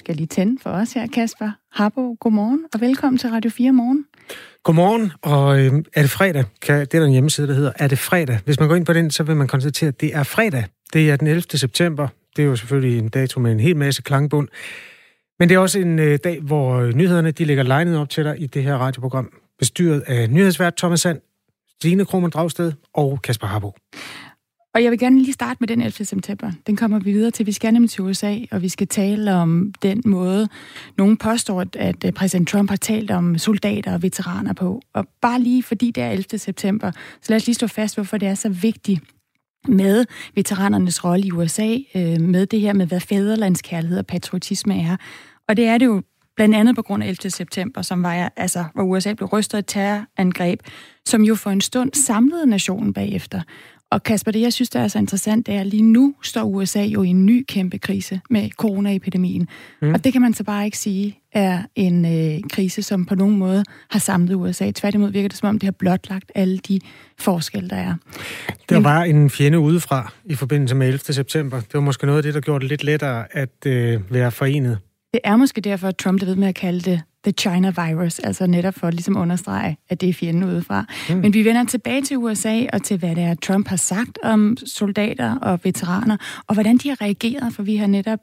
skal lige tænde for os her, Kasper Harbo. Godmorgen og velkommen til Radio 4 Morgen. Godmorgen, og er det fredag? Det er der en hjemmeside, der hedder Er det fredag? Hvis man går ind på den, så vil man konstatere, at det er fredag. Det er den 11. september. Det er jo selvfølgelig en dato med en hel masse klangbund. Men det er også en dag, hvor nyhederne de ligger legnet op til dig i det her radioprogram, bestyret af nyhedsvært Thomas Sand, Stine Krohmann Dragsted og Kasper Harbo. Og jeg vil gerne lige starte med den 11. september. Den kommer vi videre til. Vi skal nemlig til USA, og vi skal tale om den måde, nogen påstår, at præsident Trump har talt om soldater og veteraner på. Og bare lige fordi det er 11. september, så lad os lige stå fast, hvorfor det er så vigtigt med veteranernes rolle i USA, med det her med, hvad fædrelandskærlighed og patriotisme er. Og det er det jo blandt andet på grund af 11. september, som var, hvor USA blev rystet af et terrorangreb, som jo for en stund samlede nationen bagefter. Og Kasper, det jeg synes, der er så interessant, det er, at lige nu står USA jo i en ny kæmpe krise med coronaepidemien. Og det kan man så bare ikke sige er en krise, som på nogen måde har samlet USA. Tværtimod virker det, som om det har blotlagt alle de forskelle, der er. Der var en fjende udefra i forbindelse med 11. september. Det var måske noget af det, der gjorde det lidt lettere at være forenet. Det er måske derfor, at Trump er ved med at kalde det The China Virus, altså netop for at ligesom understrege, at det er fjenden udefra. Men vi vender tilbage til USA og til, hvad det er, Trump har sagt om soldater og veteraner, og hvordan de har reageret, for vi har netop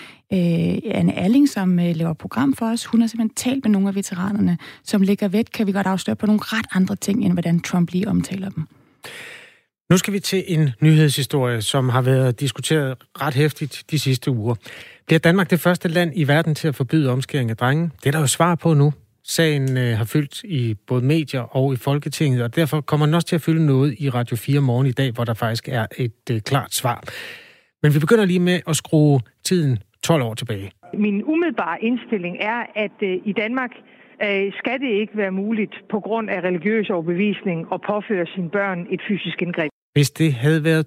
Anne Alling, som laver program for os. Hun har simpelthen talt med nogle af veteranerne, som ligger væk, kan vi godt afsløre, på nogle ret andre ting, end hvordan Trump lige omtaler dem. Nu skal vi til en nyhedshistorie, som har været diskuteret ret heftigt de sidste uger. Bliver Danmark det første land i verden til at forbyde omskæring af drenge? Det er der jo svar på nu. Sagen har fyldt i både medier og i Folketinget, og derfor kommer den også til at fylde noget i Radio 4 Morgen i dag, hvor der faktisk er et klart svar. Men vi begynder lige med at skrue tiden 12 år tilbage. Min umiddelbare indstilling er, at i Danmark skal det ikke være muligt på grund af religiøs overbevisning at påføre sine børn et fysisk indgreb. Hvis det havde været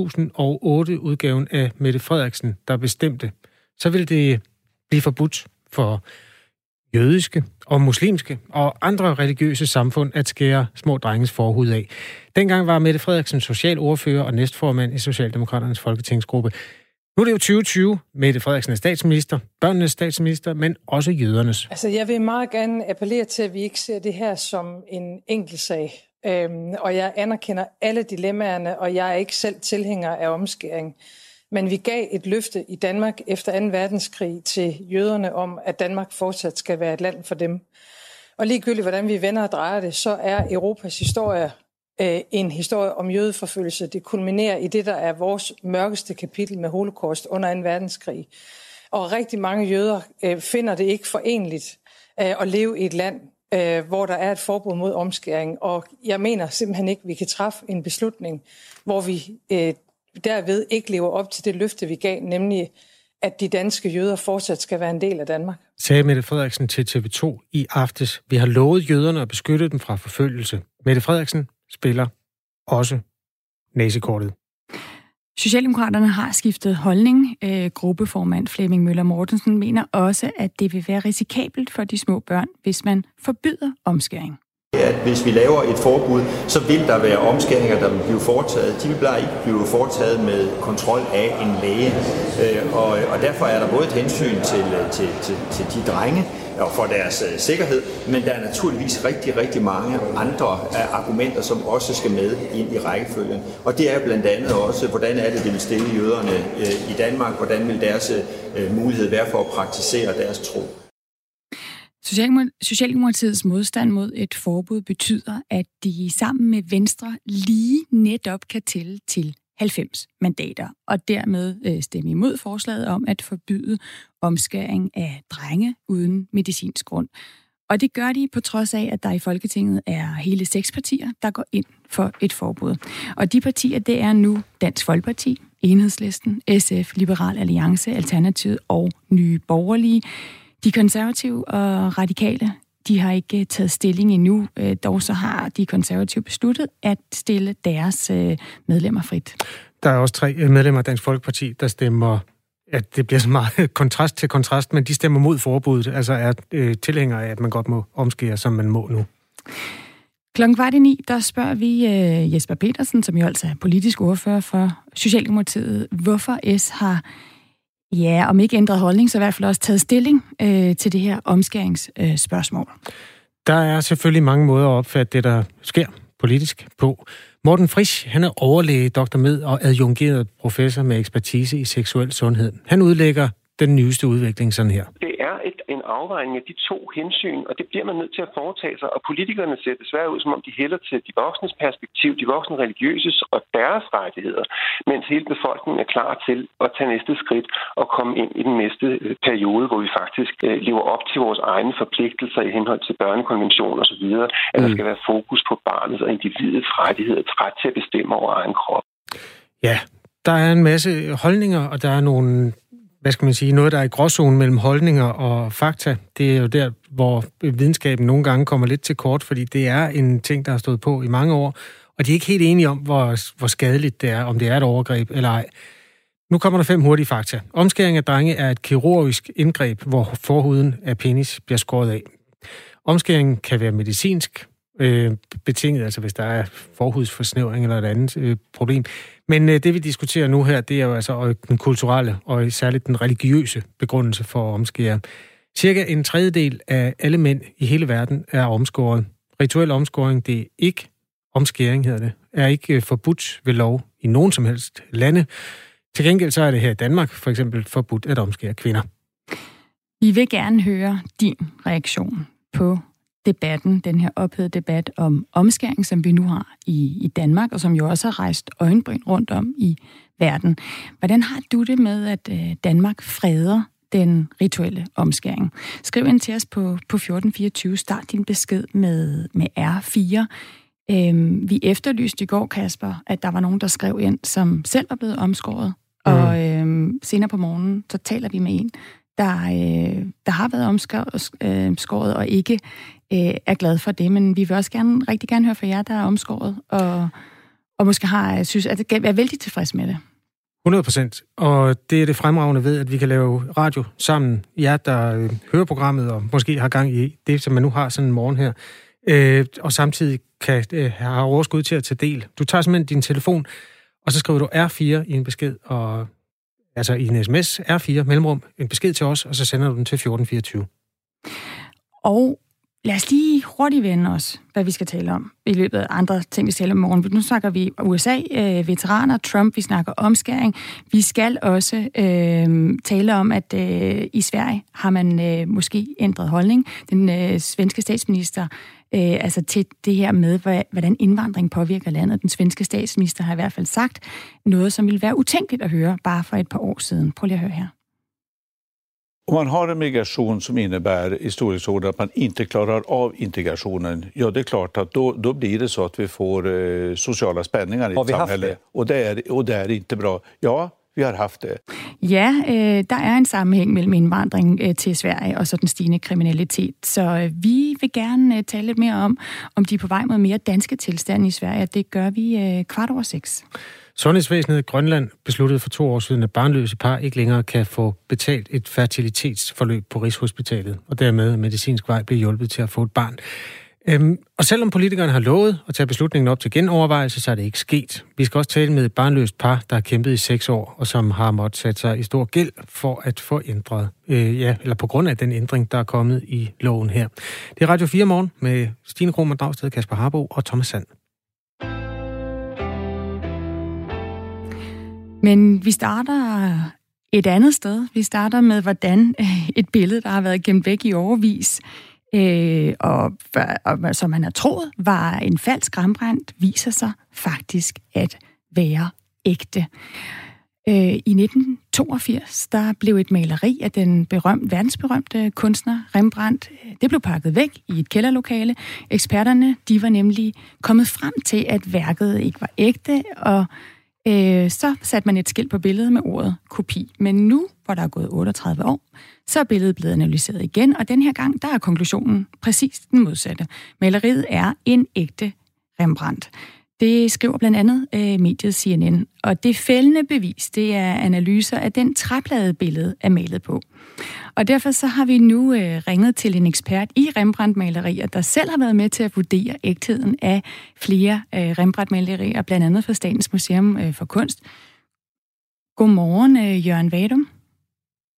2008-udgaven af Mette Frederiksen, der bestemte, så ville det blive forbudt for jødiske og muslimske og andre religiøse samfund at skære små drenges forhud af. Dengang var Mette Frederiksen socialordfører og næstformand i Socialdemokraternes folketingsgruppe. Nu er det jo 2020. Mette Frederiksen er statsminister, børnenes statsminister, men også jødernes. Altså, jeg vil meget gerne appellere til, at vi ikke ser det her som en enkelt sag. Og jeg anerkender alle dilemmaerne, og jeg er ikke selv tilhænger af omskæring. Men vi gav et løfte i Danmark efter 2. verdenskrig til jøderne om, at Danmark fortsat skal være et land for dem. Og ligegyldigt hvordan vi vender og drejer det, så er Europas historie en historie om jødeforfølgelse. Det kulminerer i det, der er vores mørkeste kapitel med holocaust under 2. verdenskrig. Og rigtig mange jøder finder det ikke forenligt at leve i et land, hvor der er et forbud mod omskæring. Og jeg mener simpelthen ikke, at vi kan træffe en beslutning, hvor vi derved ikke lever op til det løfte, vi gav, nemlig at de danske jøder fortsat skal være en del af Danmark. Sagde Mette Frederiksen til TV2 i aftes. Vi har lovet jøderne at beskytte dem fra forfølgelse. Mette Frederiksen spiller også næsekortet. Socialdemokraterne har skiftet holdning. Gruppeformand Flemming Møller Mortensen mener også, at det vil være risikabelt for de små børn, hvis man forbyder omskæring. At hvis vi laver et forbud, så vil der være omskæringer, der vil blive foretaget. De vil bare ikke blive foretaget med kontrol af en læge. Og derfor er der både et hensyn til de drenge og for deres sikkerhed, men der er naturligvis rigtig, rigtig mange andre argumenter, som også skal med ind i rækkefølgen. Og det er blandt andet også, hvordan er det vil stille jøderne i Danmark, hvordan vil deres mulighed være for at praktisere deres tro. Socialdemokratiets modstand mod et forbud betyder, at de sammen med Venstre lige netop kan tælle til 90 mandater, og dermed stemme imod forslaget om at forbyde omskæring af drenge uden medicinsk grund. Og det gør de på trods af, at der i Folketinget er hele 6 partier, der går ind for et forbud. Og de partier, det er nu Dansk Folkeparti, Enhedslisten, SF, Liberal Alliance, Alternativet og Nye Borgerlige. De konservative og radikale, de har ikke taget stilling endnu, dog så har de konservative besluttet at stille deres medlemmer frit. Der er også 3 medlemmer af Dansk Folkeparti, der stemmer, at det bliver så meget kontrast til kontrast, men de stemmer mod forbuddet, altså er tilhængere af, at man godt må omskære, som man må nu. 8:15, der spørger vi Jesper Petersen, som jo altså er politisk ordfører for Socialdemokratiet, hvorfor S har Ja, om ikke ændret holdning, så i hvert fald også taget stilling til det her omskæringsspørgsmål. Der er selvfølgelig mange måder at opfatte det, der sker politisk på. Morten Frisch, han er overlæge, doktor med og adjungeret professor med ekspertise i seksuel sundhed. Han udlægger den nyeste udvikling sådan her. Det er en afvejning af de to hensyn, og det bliver man nødt til at foretage sig. Og politikerne ser desværre ud, som om de hælder til de voksnes perspektiv, de voksne religiøses og deres rettigheder, mens hele befolkningen er klar til at tage næste skridt og komme ind i den næste periode, hvor vi faktisk lever op til vores egne forpligtelser i henhold til børnekonvention osv., at der skal være fokus på barnets og individets rettigheder, ret til at bestemme over egen krop. Ja, der er en masse holdninger, og der er nogle... noget, der er i gråzonen mellem holdninger og fakta. Det er jo der, hvor videnskaben nogle gange kommer lidt til kort, fordi det er en ting, der har stået på i mange år, og de er ikke helt enige om, hvor skadeligt det er, om det er et overgreb eller ej. Nu kommer der 5 hurtige fakta. Omskæring af drenge er et kirurgisk indgreb, hvor forhuden af penis bliver skåret af. Omskæringen kan være medicinsk betinget, altså hvis der er forhudsforsnævring eller et andet problem. Men det, vi diskuterer nu her, det er jo altså den kulturelle og særligt den religiøse begrundelse for at omskære. Cirka 1/3 af alle mænd i hele verden er omskåret. Rituel omskåring, det er ikke omskæring, hedder det, er ikke forbudt ved lov i nogen som helst lande. Til gengæld så er det her i Danmark for eksempel forbudt at omskære kvinder. Vi vil gerne høre din reaktion på debatten, den her ophedede debat om omskæring, som vi nu har i Danmark, og som jo også har rejst øjenbryn rundt om i verden. Hvordan har du det med, at Danmark freder den rituelle omskæring? Skriv ind til os på 1424. Start din besked med R4. Vi efterlyste i går, Kasper, at der var nogen, der skrev ind, som selv var blevet omskåret. Og senere på morgenen, så taler vi med en, der har været omskåret og ikke er glad for det, men vi vil også rigtig gerne høre fra jer, der er omskåret, og måske synes, at det er vældig tilfreds med det. 100%. Og det er det fremragende ved, at vi kan lave radio sammen. Jer, der hører programmet og måske har gang i det, som man nu har sådan en morgen her, og samtidig kan have overskud til at tage del. Du tager simpelthen din telefon, og så skriver du R4 i en besked, og altså i en sms, R4, mellemrum, en besked til os, og så sender du den til 1424. Og lad os lige hurtigt vende os, hvad vi skal tale om i løbet af andre ting, vi taler om morgen. Nu snakker vi USA, veteraner, Trump, vi snakker omskæring. Vi skal også tale om, at i Sverige har man måske ændret holdning. Den svenske statsminister altså til det her med, hvordan indvandring påvirker landet. Den svenske statsminister har i hvert fald sagt noget, som ville være utænkeligt at høre bare for et par år siden. Prøv lige at høre her. Om man har en migration som innebär i storleksordning att man inte klarar av integrationen, ja det är klart att då blir det så att vi får sociala spänningar i ett samhälle. Och det är inte bra. Ja, vi har haft det. Ja, der er en sammenhæng mellem indvandring til Sverige og så den stigende kriminalitet. Så vi vil gerne tale lidt mere om de er på vej mod mere danske tilstande i Sverige. Det gør vi 6:15. Sundhedsvæsenet i Grønland besluttede for 2 år siden, at barnløse par ikke længere kan få betalt et fertilitetsforløb på Rigshospitalet, og dermed medicinsk vej bliver hjulpet til at få et barn. Og selvom politikerne har lovet at tage beslutningen op til genovervejelse, så er det ikke sket. Vi skal også tale med et barnløst par, der har kæmpet i 6 år, og som har måttet sætte sig i stor gæld for at få ændret, eller på grund af den ændring, der er kommet i loven her. Det er Radio 4 morgen med Stine Krohmann Dragsted, Kasper Harbo og Thomas Sand. Men vi starter et andet sted. Vi starter med, hvordan et billede, der har været gemt væk i årevis, og som man har troet var en falsk Rembrandt, viser sig faktisk at være ægte. I 1982, der blev et maleri af den verdensberømte kunstner Rembrandt, det blev pakket væk i et kælderlokale. Eksperterne, de var nemlig kommet frem til, at værket ikke var ægte, og så satte man et skilt på billedet med ordet kopi. Men nu, hvor der er gået 38 år, så er billedet blevet analyseret igen, og den her gang, der er konklusionen præcis den modsatte. Maleriet er en ægte Rembrandt. Det skriver blandt andet mediet CNN, og det fældende bevis, det er analyser af den træpladebillede er malet på. Og derfor så har vi nu ringet til en ekspert i Rembrandt-malerier, der selv har været med til at vurdere ægtheden af flere Rembrandt-malerier, blandt andet fra Statens Museum for Kunst. Godmorgen, Jørgen Vadum.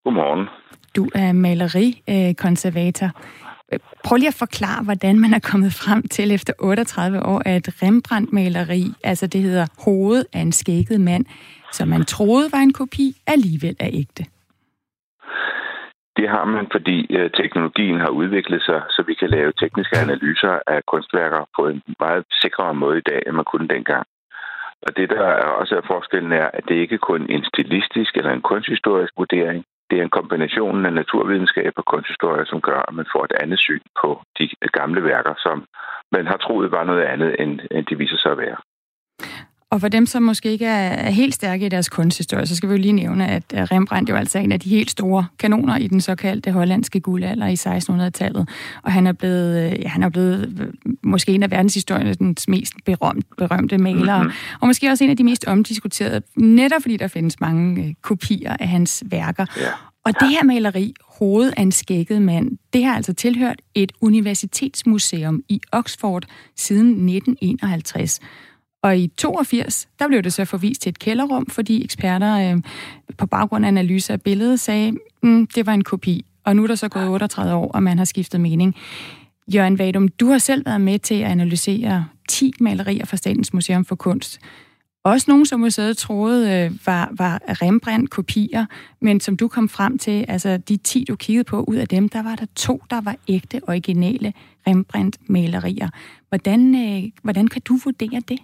Godmorgen. Du er malerikonservator. Prøv lige at forklare, hvordan man er kommet frem til efter 38 år af et Rembrandt-maleri, altså det hedder Hovedet af en skægget mand, som man troede var en kopi, alligevel er ægte. Det har man, fordi teknologien har udviklet sig, så vi kan lave tekniske analyser af kunstværker på en meget sikrere måde i dag, end man kunne dengang. Og det, der også er forskellen, er, at det ikke kun er en stilistisk eller en kunsthistorisk vurdering. Det er en kombination af naturvidenskab og kunsthistorie, som gør, at man får et andet syn på de gamle værker, som man har troet var noget andet, end de viser sig at være. Og for dem, som måske ikke er helt stærke i deres kunsthistorie, så skal vi jo lige nævne, at Rembrandt jo altså er en af de helt store kanoner i den såkaldte hollandske guldalder i 1600-tallet. Og han er blevet måske en af verdenshistoriens mest berømte malere. Mm-hmm. Og måske også en af de mest omdiskuterede, netop fordi der findes mange kopier af hans værker. Yeah. Og det her maleri, Hovedet af en skægget mand, det har altså tilhørt et universitetsmuseum i Oxford siden 1951. Og i 82, der blev det så forvist til et kælderrum, fordi eksperter på baggrund af analyse af billedet sagde, det var en kopi. Og nu er der så gået 38 år, og man har skiftet mening. Jørgen Vadum, du har selv været med til at analysere 10 malerier fra Statens Museum for Kunst. Også nogle, som museet troede var Rembrandt-kopier, men som du kom frem til, altså de 10, du kiggede på, ud af dem, der var der 2, der var ægte, originale Rembrandt-malerier. Hvordan kan du vurdere det?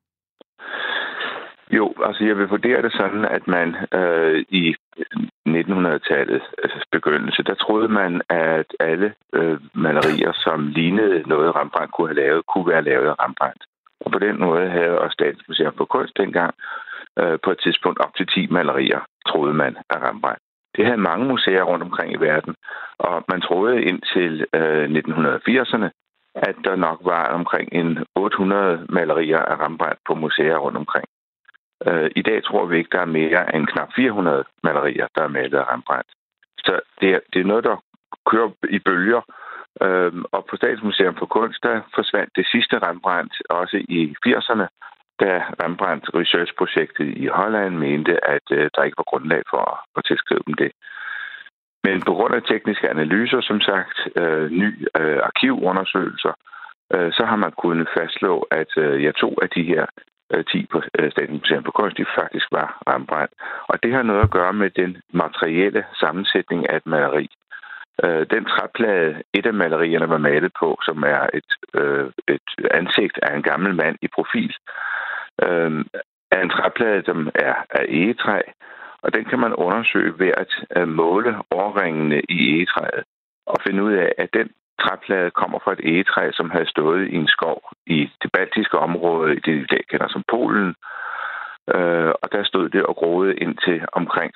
Jo, altså jeg vil vurdere det sådan, at man i 1900-tallets begyndelse, der troede man, at alle malerier, som lignede noget Rembrandt kunne have lavet, kunne være lavet af Rembrandt. Og på den måde havde også Statens Museum for Kunst dengang på et tidspunkt op til 10 malerier, troede man af Rembrandt. Det havde mange museer rundt omkring i verden, og man troede indtil 1980'erne, at der nok var omkring 800 malerier af Rembrandt på museer rundt omkring. I dag tror vi ikke, der er mere end knap 400 malerier, der er malet af Rembrandt. Så det er noget, der kører i bølger. Og på Statens Museum for Kunst, der forsvandt det sidste Rembrandt også i 80'erne, da Rembrandt Research-projektet i Holland mente, at der ikke var grundlag for at tilskrive dem det. Men på grund af tekniske analyser, som sagt, nye arkivundersøgelser, så har man kunnet fastslå, at 2 af de her 10 på Statens Museum for Kunst, de faktisk var Rembrandt. Og det har noget at gøre med den materielle sammensætning af et maleri. Den træplade, et af malerierne var malet på, som er et ansigt af en gammel mand i profil, er en træplade, som er af egetræ, og den kan man undersøge ved at måle årringene i egetræet og finde ud af, at den træplade kommer fra et egetræ, som havde stået i en skov i det baltiske område, i det vi i dag kender som Polen. Og der stod det og groede indtil omkring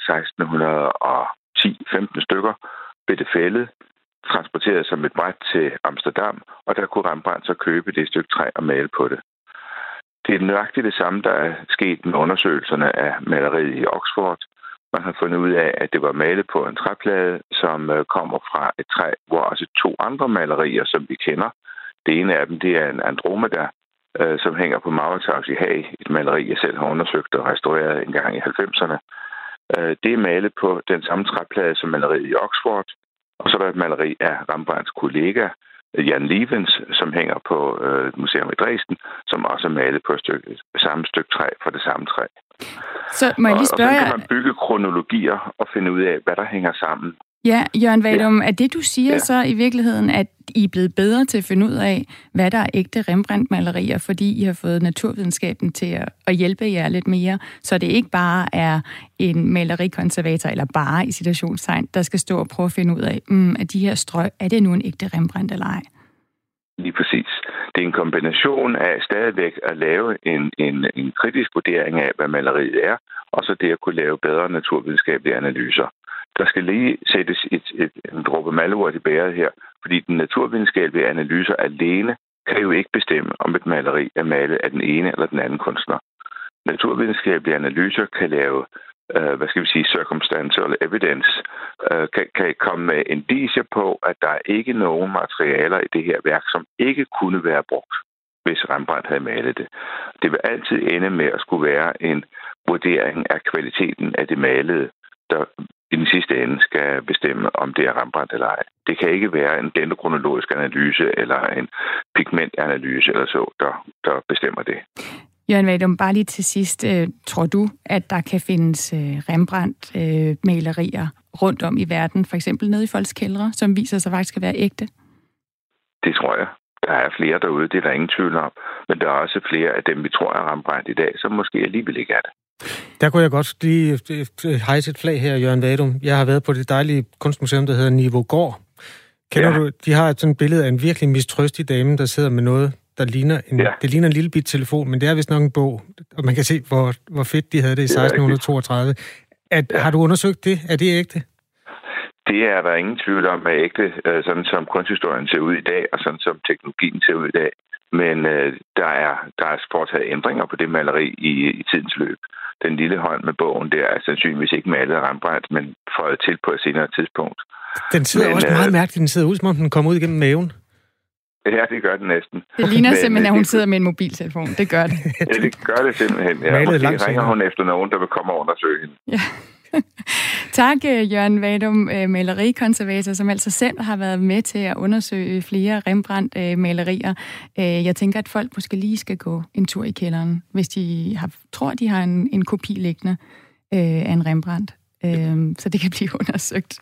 1610-15 stykker, blev det fældet, transporteret som et bræt til Amsterdam, og der kunne Rembrandt så købe det stykke træ og male på det. Det er nøjagtigt det samme, der er sket med undersøgelserne af maleriet i Oxford. Man har fundet ud af, at det var malet på en træplade, som kommer fra et træ, hvor også 2 andre malerier, som vi kender. Det ene af dem, det er en Andromeda, som hænger på Mauritshuis i Haag, et maleri, jeg selv har undersøgt og restaureret en gang i 90'erne. Det er malet på den samme træplade som maleriet i Oxford, og så er der et maleri af Rembrandts kollega, Jan Lievens, som hænger på et museum i Dresden, som også er malet på samme stykke træ fra det samme træ. Så må jeg lige spørge og så kan man bygge kronologier og finde ud af, hvad der hænger sammen. Ja, Jørgen Vadum, er det, du siger så i virkeligheden, at I er blevet bedre til at finde ud af, hvad der er ægte Rembrandt-malerier, fordi I har fået naturvidenskaben til at hjælpe jer lidt mere, så det ikke bare er en malerikonservator, eller bare i citationstegn, der skal stå og prøve at finde ud af, at de her strøg, er det nu en ægte Rembrandt eller ej? Lige præcis. Det er en kombination af stadigvæk at lave en kritisk vurdering af, hvad maleriet er, og så det at kunne lave bedre naturvidenskabelige analyser. Der skal lige sættes en dråbe malurt i bæret her, fordi den naturvidenskabelige analyser alene kan jo ikke bestemme, om et maleri er malet af den ene eller den anden kunstner. Naturvidenskabelige analyser kan lave, circumstantial evidence, kan komme med indicier på, at der er ikke nogen materialer i det her værk, som ikke kunne være brugt, hvis Rembrandt havde malet det. Det vil altid ende med at skulle være en vurdering af kvaliteten af det malede, der i den sidste ende skal bestemme, om det er Rembrandt eller ej. Det kan ikke være en dendrokronologisk analyse eller en pigmentanalyse eller så, der bestemmer det. Jørgen Vadum, bare lige til sidst. Tror du, at der kan findes Rembrandt-malerier rundt om i verden, for eksempel nede i folks kældre, som viser sig faktisk at være ægte? Det tror jeg. Der er flere derude, det er der ingen tvivl om. Men der er også flere af dem, vi tror er Rembrandt i dag, som måske alligevel ikke er det. Der kunne jeg godt lige hejse et flag her, Jørgen Vadum. Jeg har været på det dejlige kunstmuseum, der hedder Nivogård. Kender du? De har sådan et billede af en virkelig mistrøstig dame, der sidder med noget, der ligner det ligner en lille bit telefon, men det er vist nok en bog, og man kan se, hvor fedt de havde det i 1632. Har du undersøgt det? Er det ægte? Det er der ingen tvivl om, at ægte, sådan som kunsthistorien ser ud i dag, og sådan som teknologien ser ud i dag. Men der er foretaget ændringer på det maleri i tidens løb. Den lille hånd med bogen, det er sandsynligvis ikke malet af Rembrandt, men føjet til på et senere tidspunkt. Den sidder også meget mærkeligt. Den sidder ud, som om den kommer ud igennem maven. Ja, det gør den næsten. Det ligner simpelthen, at hun sidder med en mobiltelefon. Det gør det. Ja, det gør det simpelthen. Ja, måske ringer hun efter nogen, der vil komme og undersøge hende. Ja. Tak, Jørgen Vadum, malerikonservator, som altså selv har været med til at undersøge flere Rembrandt-malerier. Jeg tænker, at folk måske lige skal gå en tur i kælderen, hvis de tror, de har en kopi liggende af en Rembrandt. Så det kan blive undersøgt.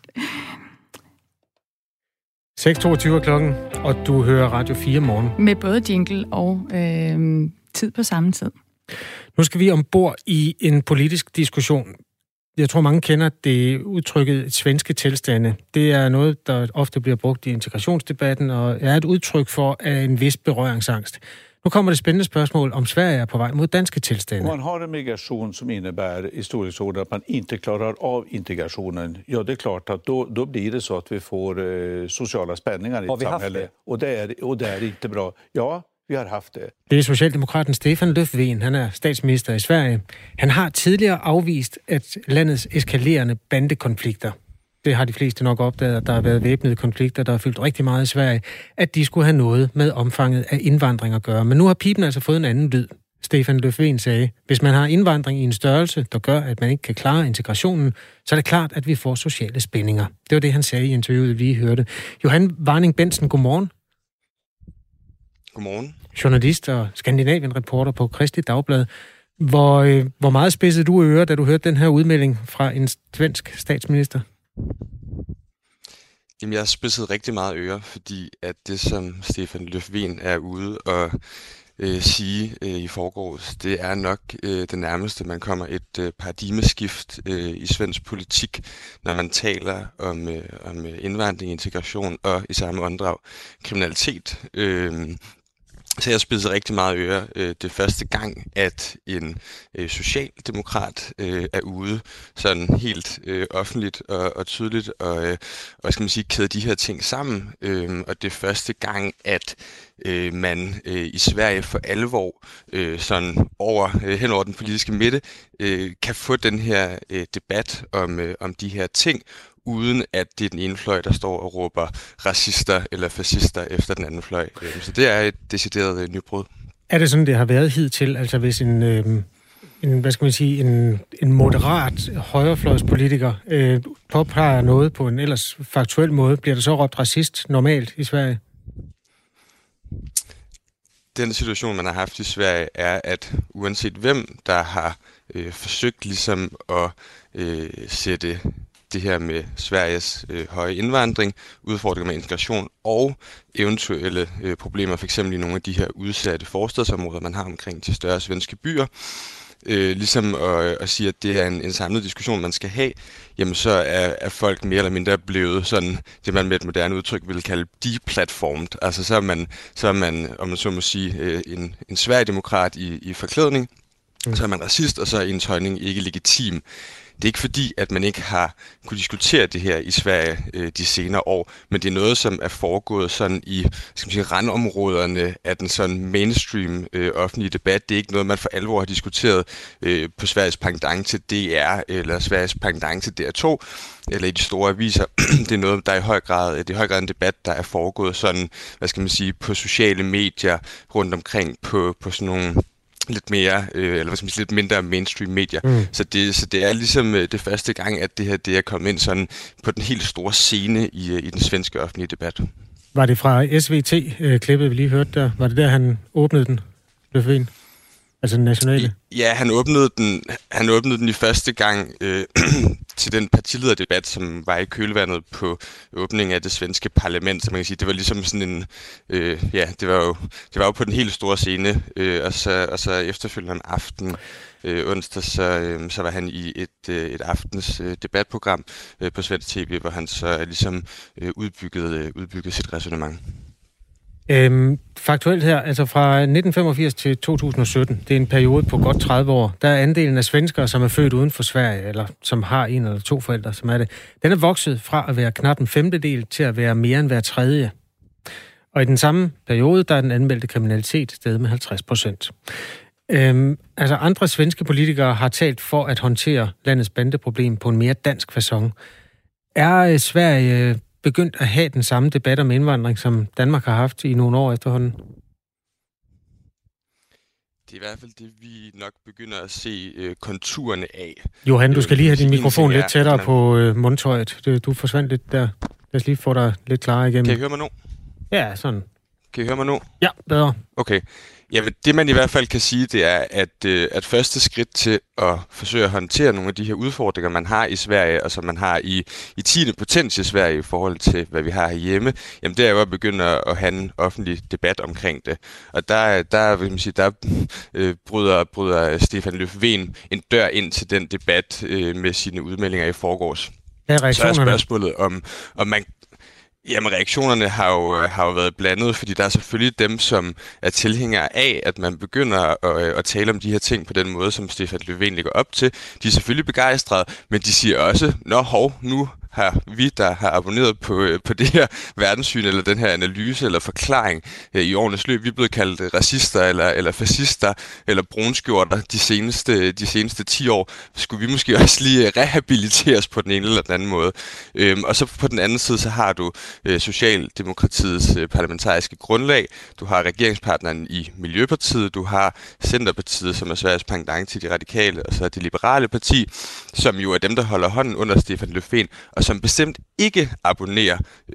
6:22 klokken, og du hører Radio 4 morgen. Med både jingle og tid på samme tid. Nu skal vi ombord i en politisk diskussion. Jeg tror, mange kender det udtrykket svenske tilstande. Det er noget, der ofte bliver brugt i integrationsdebatten, og er et udtryk for en vis berøringsangst. Nu kommer det spændende spørgsmål, om Sverige er på vej mod danske tilstande. Man har en migration som innebär i storleksordning at man inte klarar av integrationen. Ja, det er klart at då blir det så at vi får sociala spänningar i et samhälle. Og det er ikke bra. Ja, vi har haft det. Det er Socialdemokraten Stefan Löfven. Han er statsminister i Sverige. Han har tidligere afvist, at landets eskalerende bandekonflikter, det har de fleste nok opdaget, at der har været væbnede konflikter, der har fyldt rigtig meget i Sverige, at de skulle have noget med omfanget af indvandring at gøre. Men nu har pipen altså fået en anden lyd. Stefan Löfven sagde, hvis man har indvandring i en størrelse, der gør, at man ikke kan klare integrationen, så er det klart, at vi får sociale spændinger. Det var det, han sagde i interviewet, vi hørte. Johan Warning Bensen, godmorgen. Godmorgen. Journalist og Skandinavien-reporter på Kristeligt Dagblad. Hvor meget spidsede du ører, da du hørte den her udmelding fra en svensk statsminister? Jamen, jeg har spidset rigtig meget ører, fordi at det, som Stefan Löfven er ude og sige i forgårs, det er nok det nærmeste, man kommer et paradigmeskift i svensk politik, når man taler om indvandring, integration og i samme åndedrag kriminalitet. Så jeg spidser rigtig meget øre. Det er første gang, at en socialdemokrat er ude sådan helt offentligt og tydeligt og skal man sige, kæde de her ting sammen. Og det er første gang, at man i Sverige for alvor sådan hen over den politiske midte kan få den her debat om de her ting, uden at det er den ene fløj, der står og råber racister eller fascister efter den anden fløj. Så det er et decideret nybrud. Er det sådan, det har været hidtil? Altså hvis en moderat højrefløjspolitiker påpeger noget på en ellers faktuel måde, bliver det så råbt racist normalt i Sverige? Den situation, man har haft i Sverige, er, at uanset hvem, der har forsøgt ligesom at sætte det her med Sveriges høje indvandring, udfordringer med integration og eventuelle problemer, f.eks. i nogle af de her udsatte forstadsområder, man har omkring de større svenske byer, ligesom at sige, at det er en samlet diskussion, man skal have, jamen så er folk mere eller mindre blevet sådan, det man med et moderne udtryk vil kalde deplatformed. Altså så er man om man så må sige, en sverigedemokrat i forklædning, så er man racist, og så er ens holdning ikke legitim. Det er ikke fordi, at man ikke har kunne diskutere det her i Sverige de senere år, men det er noget, som er foregået sådan i randområderne af den sådan mainstream offentlige debat. Det er ikke noget, man for alvor har diskuteret på Sveriges pendant til DR eller Sveriges pendant til DR2 eller i de store aviser. Det er noget, der i høj grad en debat, der er foregået sådan, på sociale medier rundt omkring på sådan nogle lidt mere, eller hvad skal man sige, lidt mindre mainstream medier. Så det er ligesom det første gang, at det her det er kommet ind sådan på den helt store scene i den svenske offentlige debat. Var det fra SVT-klippet, vi lige hørte der? Var det der, han åbnede den, Löfven? Altså den nationale? Ja, han åbnede den i første gang til den partilederdebat, som var i kølvandet på åbningen af det svenske parlament. Så man kan sige, det var ligesom sådan en... det var jo på den helt store scene, og så efterfølgende om aftenen, onsdag, så var han i et aftens debatprogram på Svensk TV, hvor han så ligesom udbyggede sit ræsonnement. Faktuelt her, altså fra 1985 til 2017, det er en periode på godt 30 år, der er andelen af svenskere, som er født uden for Sverige, eller som har en eller to forældre, som er det, den er vokset fra at være knap en femtedel til at være mere end hver tredje. Og i den samme periode, der er den anmeldte kriminalitet steget med 50%. Altså andre svenske politikere har talt for at håndtere landets bandeproblem på en mere dansk facon. Er Sverige begyndt at have den samme debat om indvandring, som Danmark har haft i nogle år efterhånden? Det er i hvert fald det, vi nok begynder at se konturerne af. Johan, du skal lige have din mikrofon lidt tættere på mundtøjet. Du forsvandt lidt der. Lad os lige få dig lidt klarere igennem. Kan I høre mig nu? Ja, sådan. Kan I høre mig nu? Ja, bedre. Okay. Jamen, det man i hvert fald kan sige, det er, at første skridt til at forsøge at håndtere nogle af de her udfordringer, man har i Sverige, og som man har i 10. potens i Sverige i forhold til, hvad vi har herhjemme, jamen det er jo at begynde at have en offentlig debat omkring det. Og der vil man sige, bryder Stefan Löfven en dør ind til den debat med sine udmeldinger i forgårs. Ja, så er spørgsmålet, om man... Jamen, reaktionerne har jo været blandet, fordi der er selvfølgelig dem, som er tilhængere af, at man begynder at tale om de her ting på den måde, som Stefan Löfven lægger op til. De er selvfølgelig begejstrede, men de siger også, nu har vi, der har abonneret på det her verdenssyn, eller den her analyse, eller forklaring i årenes løb. Vi er blevet kaldt racister, eller fascister, eller brunskjorter de seneste 10 år. Skulle vi måske også lige rehabiliteres på den ene eller den anden måde. Og så på den anden side, så har du Socialdemokratiets parlamentariske grundlag, du har regeringspartneren i Miljøpartiet, du har Centerpartiet, som er Sveriges pendant til de radikale, og så det liberale parti, som jo er dem, der holder hånden under Stefan Löfven, og som bestemt ikke abonnerer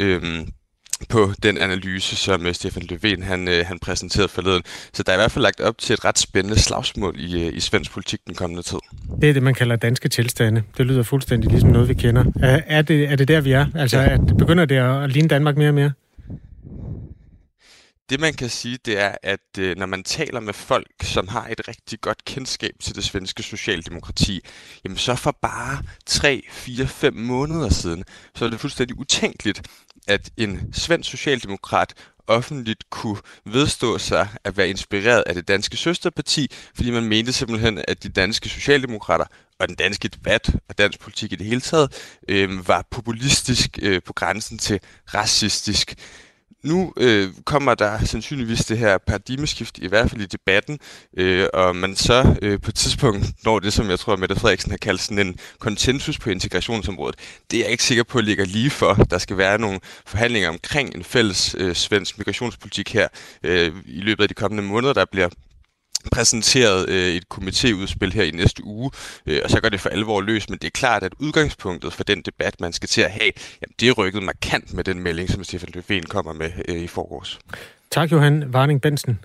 på den analyse, som Stefan Löfven han præsenterede forleden. Så der er i hvert fald lagt op til et ret spændende slagsmål i svensk politik den kommende tid. Det er det, man kalder danske tilstande. Det lyder fuldstændig ligesom noget, vi kender. Er det der, vi er? Altså, begynder det at ligne Danmark mere og mere? Det man kan sige, det er, at når man taler med folk, som har et rigtig godt kendskab til det svenske socialdemokrati, jamen så for bare 3, 4, 5 måneder siden, så er det fuldstændig utænkeligt, at en svensk socialdemokrat offentligt kunne vedstå sig at være inspireret af det danske søsterparti, fordi man mente simpelthen, at de danske socialdemokrater og den danske debat og dansk politik i det hele taget var populistisk på grænsen til racistisk. Nu kommer der sandsynligvis det her paradigmeskift, i hvert fald i debatten, og man så på et tidspunkt når det, som jeg tror, Mette Frederiksen har kaldt sådan en konsensus på integrationsområdet. Det er jeg ikke sikker på, at ligger lige for. Der skal være nogle forhandlinger omkring en fælles svensk migrationspolitik her i løbet af de kommende måneder, der bliver præsenteret et komitéudspil her i næste uge, og så går det for alvor løs, men det er klart, at udgangspunktet for den debat, man skal til at have, jamen, det er rykket markant med den melding, som Stefan Löfven kommer med i forgårs. Tak, Johan Warning-Bentzen.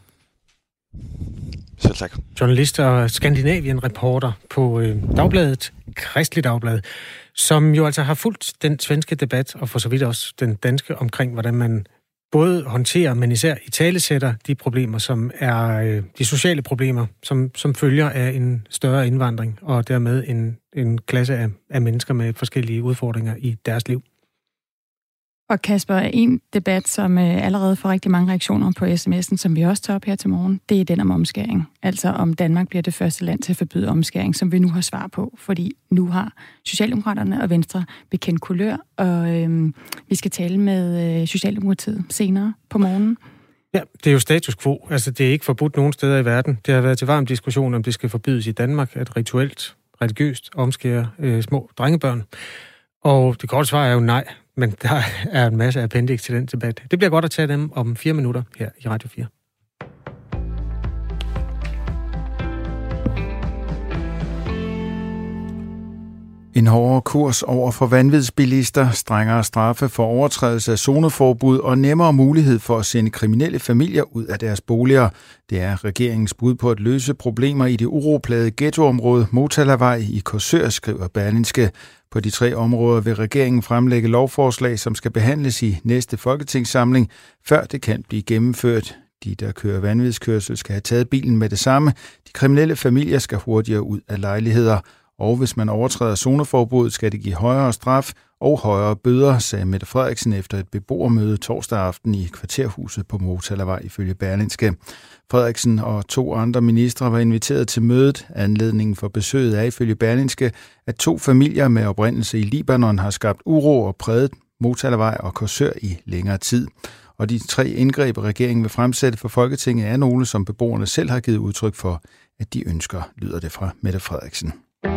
Selv tak. Journalist og Skandinavien-reporter på Dagbladet, Kristelig Dagblad, som jo altså har fulgt den svenske debat, og for så vidt også den danske, omkring hvordan man både håndterer, men især italesætter de problemer, som er de sociale problemer, som følger af en større indvandring, og dermed en klasse af mennesker med forskellige udfordringer i deres liv. Og Kasper, en debat, som allerede får rigtig mange reaktioner på sms'en, som vi også tager op her til morgen, det er den om omskæring. Altså om Danmark bliver det første land til at forbyde omskæring, som vi nu har svar på, fordi nu har Socialdemokraterne og Venstre bekendt kulør, og vi skal tale med Socialdemokratiet senere på morgenen. Ja, det er jo status quo. Altså, det er ikke forbudt nogen steder i verden. Det har været til varm diskussion, om det skal forbydes i Danmark, at rituelt, religiøst omskære små drengebørn. Og det korte svar er jo nej, men der er en masse appendix til den debat. Det bliver godt at tage dem om 4 minutter her i Radio 4. En hårdere kurs over for vanvidsbilister, strengere straffe for overtrædelse af zoneforbud og nemmere mulighed for at sende kriminelle familier ud af deres boliger. Det er regeringens bud på at løse problemer i det uroplagede ghettoområde Motalavej i Korsør, skriver Berlingske. På de 3 områder vil regeringen fremlægge lovforslag, som skal behandles i næste folketingssamling, før det kan blive gennemført. De, der kører vanvidskørsel, skal have taget bilen med det samme. De kriminelle familier skal hurtigere ud af lejligheder. Og hvis man overtræder zoneforbuddet, skal det give højere straf og højere bøder, sagde Mette Frederiksen efter et beboermøde torsdag aften i kvarterhuset på Motalavej ifølge Berlingske. Frederiksen og 2 andre ministre var inviteret til mødet. Anledningen for besøget er ifølge Berlingske, at 2 familier med oprindelse i Libanon har skabt uro og præget Motalavej og Korsør i længere tid. Og de 3 indgreb, regeringen vil fremsætte for Folketinget, er nogle, som beboerne selv har givet udtryk for, at de ønsker, lyder det fra Mette Frederiksen.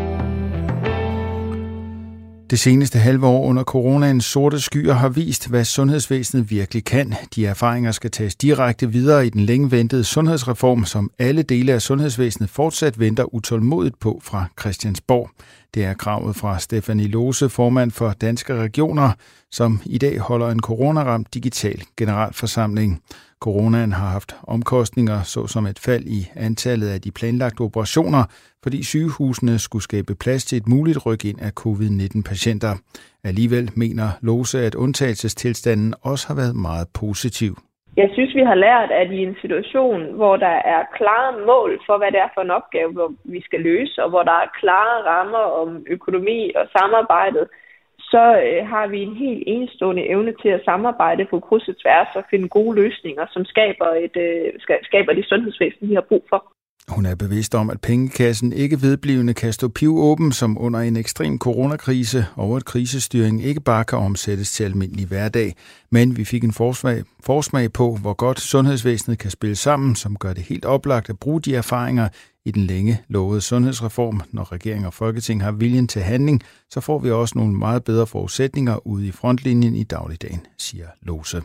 Det seneste halve år under coronaens sorte skyer har vist, hvad sundhedsvæsenet virkelig kan. De erfaringer skal tages direkte videre i den længe ventede sundhedsreform, som alle dele af sundhedsvæsenet fortsat venter utålmodigt på fra Christiansborg. Det er kravet fra Stephanie Lose, formand for Danske Regioner, som i dag holder en coronaramt digital generalforsamling. Coronaen har haft omkostninger, såsom et fald i antallet af de planlagte operationer, fordi sygehusene skulle skabe plads til et muligt ryk ind af covid-19-patienter. Alligevel mener Lose, at undtagelsestilstanden også har været meget positiv. Jeg synes, vi har lært, at i en situation, hvor der er klare mål for, hvad det er for en opgave, hvor vi skal løse, og hvor der er klare rammer om økonomi og samarbejdet, så har vi en helt enestående evne til at samarbejde på kryds og tværs og finde gode løsninger, som skaber det sundhedsvæsen, vi har brug for. Hun er bevidst om, at pengekassen ikke vedblivende kan stå pivåben som under en ekstrem coronakrise, og at krisestyring ikke bare kan omsættes til almindelig hverdag. Men vi fik en forsmag på, hvor godt sundhedsvæsenet kan spille sammen, som gør det helt oplagt at bruge de erfaringer i den længe lovede sundhedsreform. Når regering og folketing har viljen til handling, så får vi også nogle meget bedre forudsætninger ude i frontlinjen i dagligdagen, siger Lose.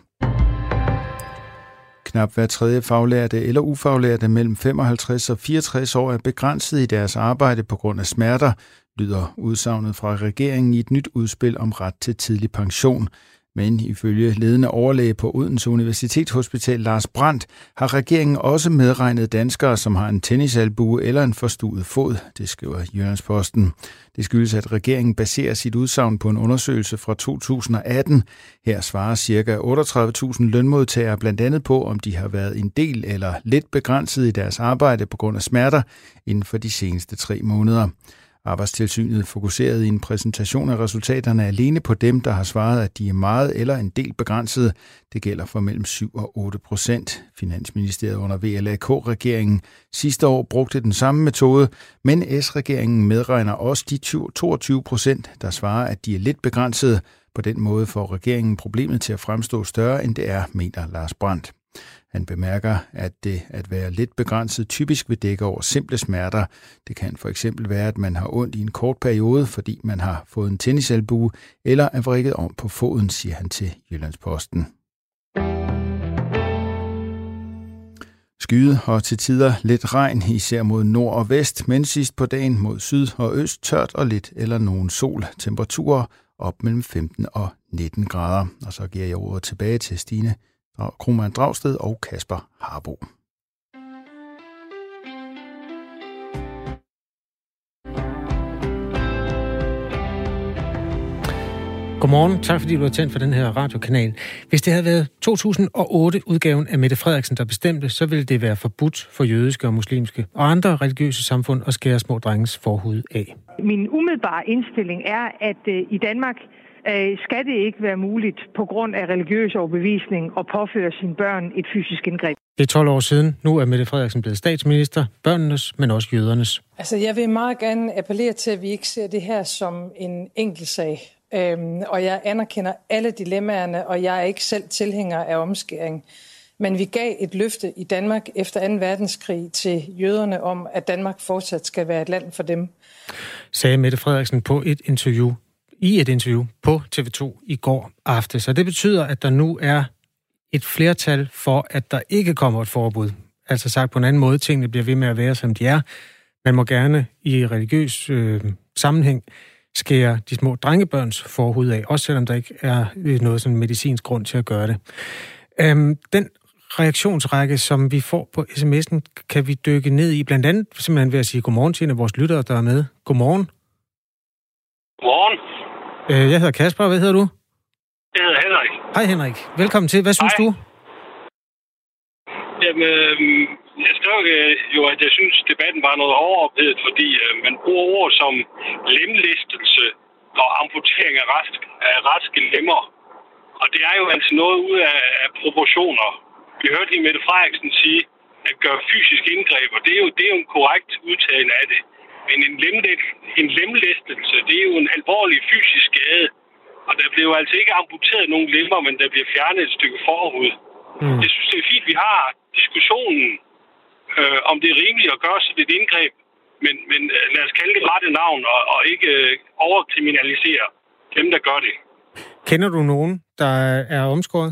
Knap hver 3. faglærte eller ufaglærte mellem 55 og 64 år er begrænset i deres arbejde på grund af smerter, lyder udsagnet fra regeringen i et nyt udspil om ret til tidlig pension. Men ifølge ledende overlæge på Odense Universitetshospital Lars Brandt har regeringen også medregnet danskere, som har en tennisalbue eller en forstuet fod, det skriver Jyllandsposten. Det skyldes, at regeringen baserer sit udsagn på en undersøgelse fra 2018. Her svarer ca. 38.000 lønmodtagere blandt andet på, om de har været en del eller lidt begrænset i deres arbejde på grund af smerter inden for de seneste 3 måneder. Arbejdstilsynet fokuserede i en præsentation af resultaterne alene på dem, der har svaret, at de er meget eller en del begrænsede. Det gælder for mellem 7 og 8%. Finansministeriet under VLAK-regeringen sidste år brugte den samme metode, men S-regeringen medregner også de 22%, der svarer, at de er lidt begrænsede. På den måde får regeringen problemet til at fremstå større, end det er, mener Lars Brandt. Han bemærker, at det at være lidt begrænset typisk vil dække over simple smerter. Det kan for eksempel være, at man har ondt i en kort periode, fordi man har fået en tennisalbue eller er vrikket om på foden, siger han til Jyllandsposten. Skyet og til tider lidt regn, især mod nord og vest, men sidst på dagen mod syd og øst tørt og lidt eller nogen sol. Temperaturer op mellem 15 og 19 grader. Og så giver jeg ordet tilbage til Stine Krohmann Dragsted og Kasper Harbo. Godmorgen. Tak fordi du har tændt for den her radiokanal. Hvis det havde været 2008-udgaven af Mette Frederiksen, der bestemte, så ville det være forbudt for jødiske og muslimske og andre religiøse samfund at skære små drenges forhud af. Min umiddelbare indstilling er, at i Danmark skal det ikke være muligt på grund af religiøs overbevisning at påføre sine børn et fysisk indgreb. Det er 12 år siden. Nu er Mette Frederiksen blevet statsminister, børnenes, men også jødernes. Altså, jeg vil meget gerne appellere til, at vi ikke ser det her som en enkeltsag. Og jeg anerkender alle dilemmaerne, og jeg er ikke selv tilhænger af omskæring. Men vi gav et løfte i Danmark efter 2. verdenskrig til jøderne om, at Danmark fortsat skal være et land for dem. Sagde Mette Frederiksen i et interview på TV2 i går aftes. Så det betyder, at der nu er et flertal for, at der ikke kommer et forbud. Altså sagt på en anden måde, tingene bliver ved med at være, som de er. Man må gerne i religiøs sammenhæng skære de små drengebørns forhud af, også selvom der ikke er noget sådan medicinsk grund til at gøre det. Den reaktionsrække, som vi får på sms'en, kan vi dykke ned i, blandt andet simpelthen ved at sige godmorgen til en af vores lyttere, der er med. Godmorgen. Godmorgen. Jeg hedder Kasper, hvad hedder du? Jeg hedder Henrik. Hej Henrik, velkommen til. Hvad synes du? Jamen, jeg skrev jo, at jeg synes, debatten var noget overophedet, fordi man bruger ord som lemlæstelse og amputering af raske lemmer. Og det er jo altså noget ud af proportioner. Vi hørte lige Mette Frederiksen sige, at gøre fysisk indgreb, og det er jo en korrekt udtale af det. Men en lemlæstelse, det er jo en alvorlig fysisk skade. Og der bliver jo altså ikke amputeret nogen lemmer, men der bliver fjernet et stykke forhud. Jeg synes, det er fint, vi har diskussionen, om det er rimeligt at gøre sådan et indgreb, men lad os kalde det rette navn, og ikke overkriminalisere dem, der gør det. Kender du nogen, der er omskåret?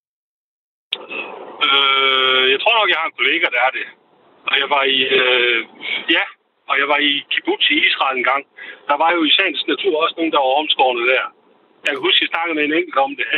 Jeg tror nok, jeg har en kollega, der er det. Og jeg var i kibbutz i Israel en gang. Der var jo i sagens natur også nogen, der var omskårne der. Jeg kan huske, at jeg snakkede med en enkelt om det.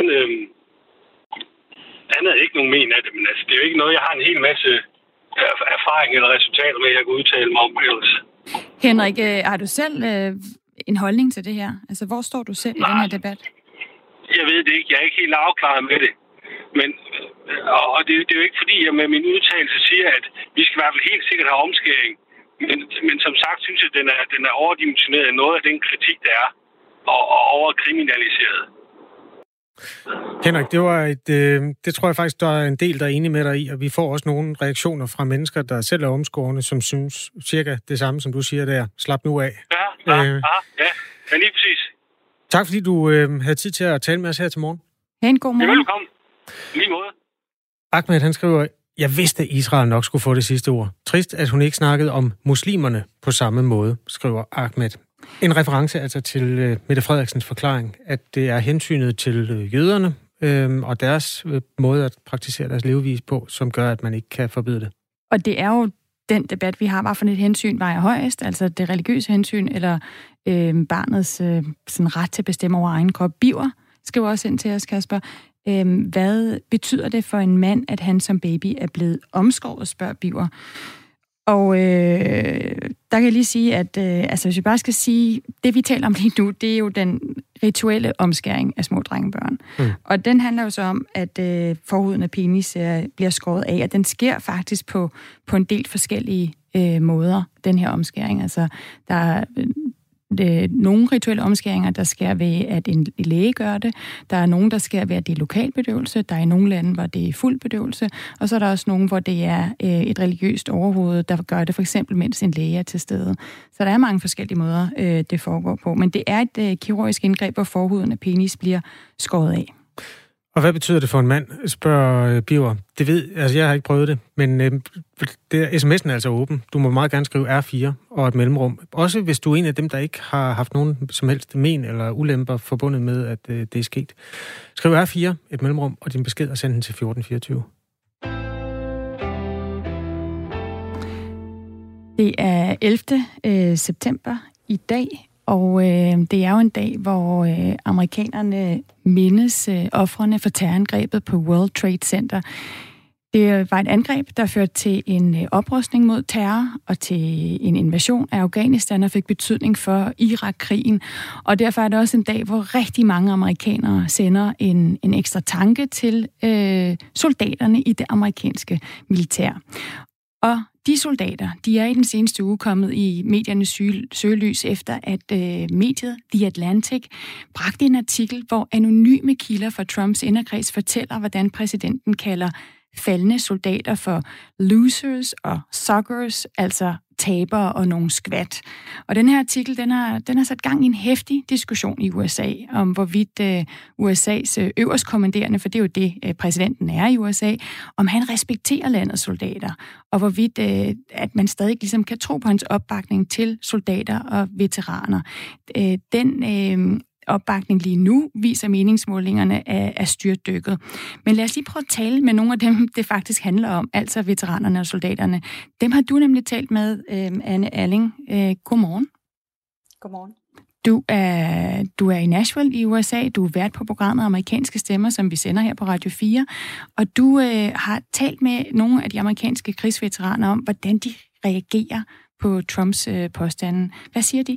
Han havde ikke nogen men af det, men altså, det er jo ikke noget, jeg har en hel masse erfaring eller resultater med, jeg kan udtale mig om ellers. Henrik, har du selv en holdning til det her? Altså, hvor står du selv i den her debat? Jeg ved det ikke. Jeg er ikke helt afklaret med det. Men, og det er jo ikke fordi, jeg med min udtalelse siger, at vi skal i hvert fald helt sikkert have omskæring. Men som sagt, synes jeg, at den er overdimensioneret af noget af den kritik, der er, og overkriminaliseret. Henrik, det tror jeg faktisk, der er en del, der er enige med dig i, og vi får også nogle reaktioner fra mennesker, der selv er omskårne, som synes cirka det samme, som du siger der. Slap nu af. Ja, lige præcis. Tak fordi du havde tid til at tale med os her til morgen. Ha' en god morgen. Ja, velkommen. Lige måde. Ahmed, han skriver, jeg vidste, at Israel nok skulle få det sidste ord. Trist, at hun ikke snakkede om muslimerne på samme måde, skriver Ahmed. En reference altså til Mette Frederiksens forklaring, at det er hensynet til jøderne og deres måde at praktisere deres levevis på, som gør, at man ikke kan forbyde det. Og det er jo den debat, vi har, bare for et hensyn vejer højest, altså det religiøse hensyn, eller barnets sådan ret til at bestemme over egen krop. Biver skriver også ind til os, Kasper. Hvad betyder det for en mand, at han som baby er blevet omskåret, spørger Biver. Og der kan jeg lige sige, at hvis vi bare skal sige, det vi taler om lige nu, det er jo den rituelle omskæring af små drengebørn. Og den handler jo så om, at forhuden af penis bliver skåret af, og den sker faktisk på en del forskellige måder, den her omskæring. Altså, der er nogle rituelle omskæringer, der sker ved, at en læge gør det. Der er nogen, der sker ved, at det er lokalbedøvelse. Der er i nogle lande, hvor det er fuld bedøvelse. Og så er der også nogen, hvor det er et religiøst overhoved, der gør det for eksempel, mens en læge er til stede. Så der er mange forskellige måder, det foregår på. Men det er et kirurgisk indgreb, hvor forhuden af penis bliver skåret af. Og hvad betyder det for en mand, spørger Biver. Det ved, altså jeg har ikke prøvet det, men sms'en er altså åben. Du må meget gerne skrive R4 og et mellemrum. Også hvis du er en af dem, der ikke har haft nogen som helst men eller ulemper forbundet med, at det er sket. Skriv R4, et mellemrum, og din besked og send den til 1424. Det er 11. september i dag. Og det er jo en dag, hvor amerikanerne mindes ofrene for terrorangrebet på World Trade Center. Det var et angreb, der førte til en oprustning mod terror og til en invasion af Afghanistan og fik betydning for Irak-krigen. Og derfor er det også en dag, hvor rigtig mange amerikanere sender en ekstra tanke til soldaterne i det amerikanske militær. Og de soldater, de er i den seneste uge kommet i mediernes søgelys efter, at mediet The Atlantic bragte en artikel, hvor anonyme kilder fra Trumps inderkreds fortæller, hvordan præsidenten kalder faldne soldater for losers og suckers, altså tabere og nogle skvat. Og den her artikel, den har sat gang i en heftig diskussion i USA om, hvorvidt USA's øverstkommanderende, for det er jo det, præsidenten er i USA, om han respekterer landets soldater, og hvorvidt at man stadig ligesom kan tro på hans opbakning til soldater og veteraner. Den opbakning lige nu viser meningsmålingerne af styrtdykket. Men lad os lige prøve at tale med nogle af dem, det faktisk handler om, altså veteranerne og soldaterne. Dem har du nemlig talt med, Anne Alling. Godmorgen. Godmorgen. Du er i Nashville i USA. Du er vært på programmet Amerikanske Stemmer, som vi sender her på Radio 4. Og du har talt med nogle af de amerikanske krigsveteraner om, hvordan de reagerer på Trumps påstande. Hvad siger de?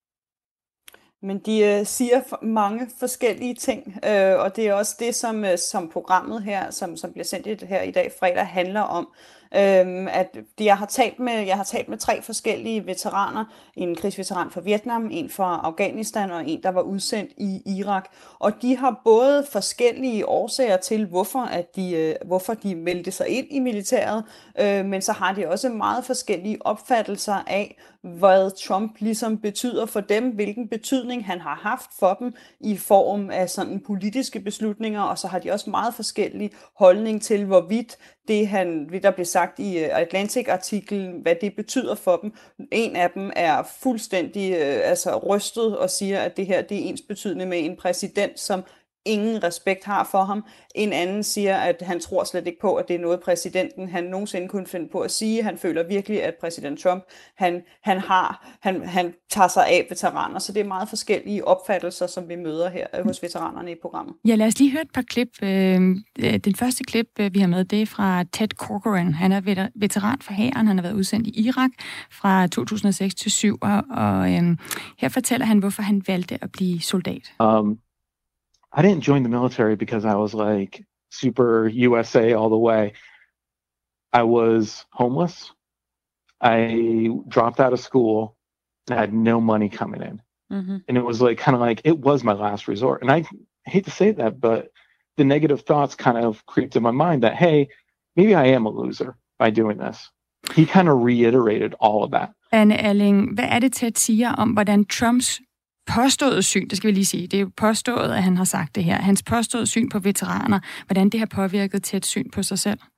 Men de siger mange forskellige ting, og det er også det, som programmet her, som bliver sendt her i dag fredag, handler om. At jeg har talt med 3 forskellige veteraner, en krigsveteran fra Vietnam, en fra Afghanistan og en, der var udsendt i Irak. Og de har både forskellige årsager til, hvorfor de meldte sig ind i militæret, men så har de også meget forskellige opfattelser af, hvad Trump ligesom betyder for dem, hvilken betydning han har haft for dem i form af sådan politiske beslutninger, og så har de også meget forskellige holdning til, hvorvidt det, der blev sagt i Atlantic-artiklen, hvad det betyder for dem. En af dem er fuldstændig rystet og siger, at det her det er ensbetydende med en præsident, som ingen respekt har for ham. En anden siger, at han tror slet ikke på, at det er noget præsidenten han nogensinde kunne finde på at sige. Han føler virkelig, at præsident Trump han tager sig af veteraner. Så det er meget forskellige opfattelser, som vi møder her hos veteranerne i programmet. Ja, lad os lige høre et par klip. Den første klip, vi har med, det er fra Ted Corcoran. Han er veteran fra hæren. Han har været udsendt i Irak fra 2006 til 2007. Og her fortæller han, hvorfor han valgte at blive soldat. I didn't join the military because I was like super USA all the way. I was homeless. I dropped out of school. I had no money coming in. Mm-hmm. And it was like kind of like it was my last resort. And I hate to say that, but the negative thoughts kind of creeped in my mind that, hey, maybe I am a loser by doing this. He kind of reiterated all of that. Anne Alling, hvad er det Ted siger om, hvordan Trumps påståede syn, det skal vi lige sige, det er jo påstået, at han har sagt det her, hans påståede syn på veteraner, hvordan det har påvirket Teds syn på sig selv?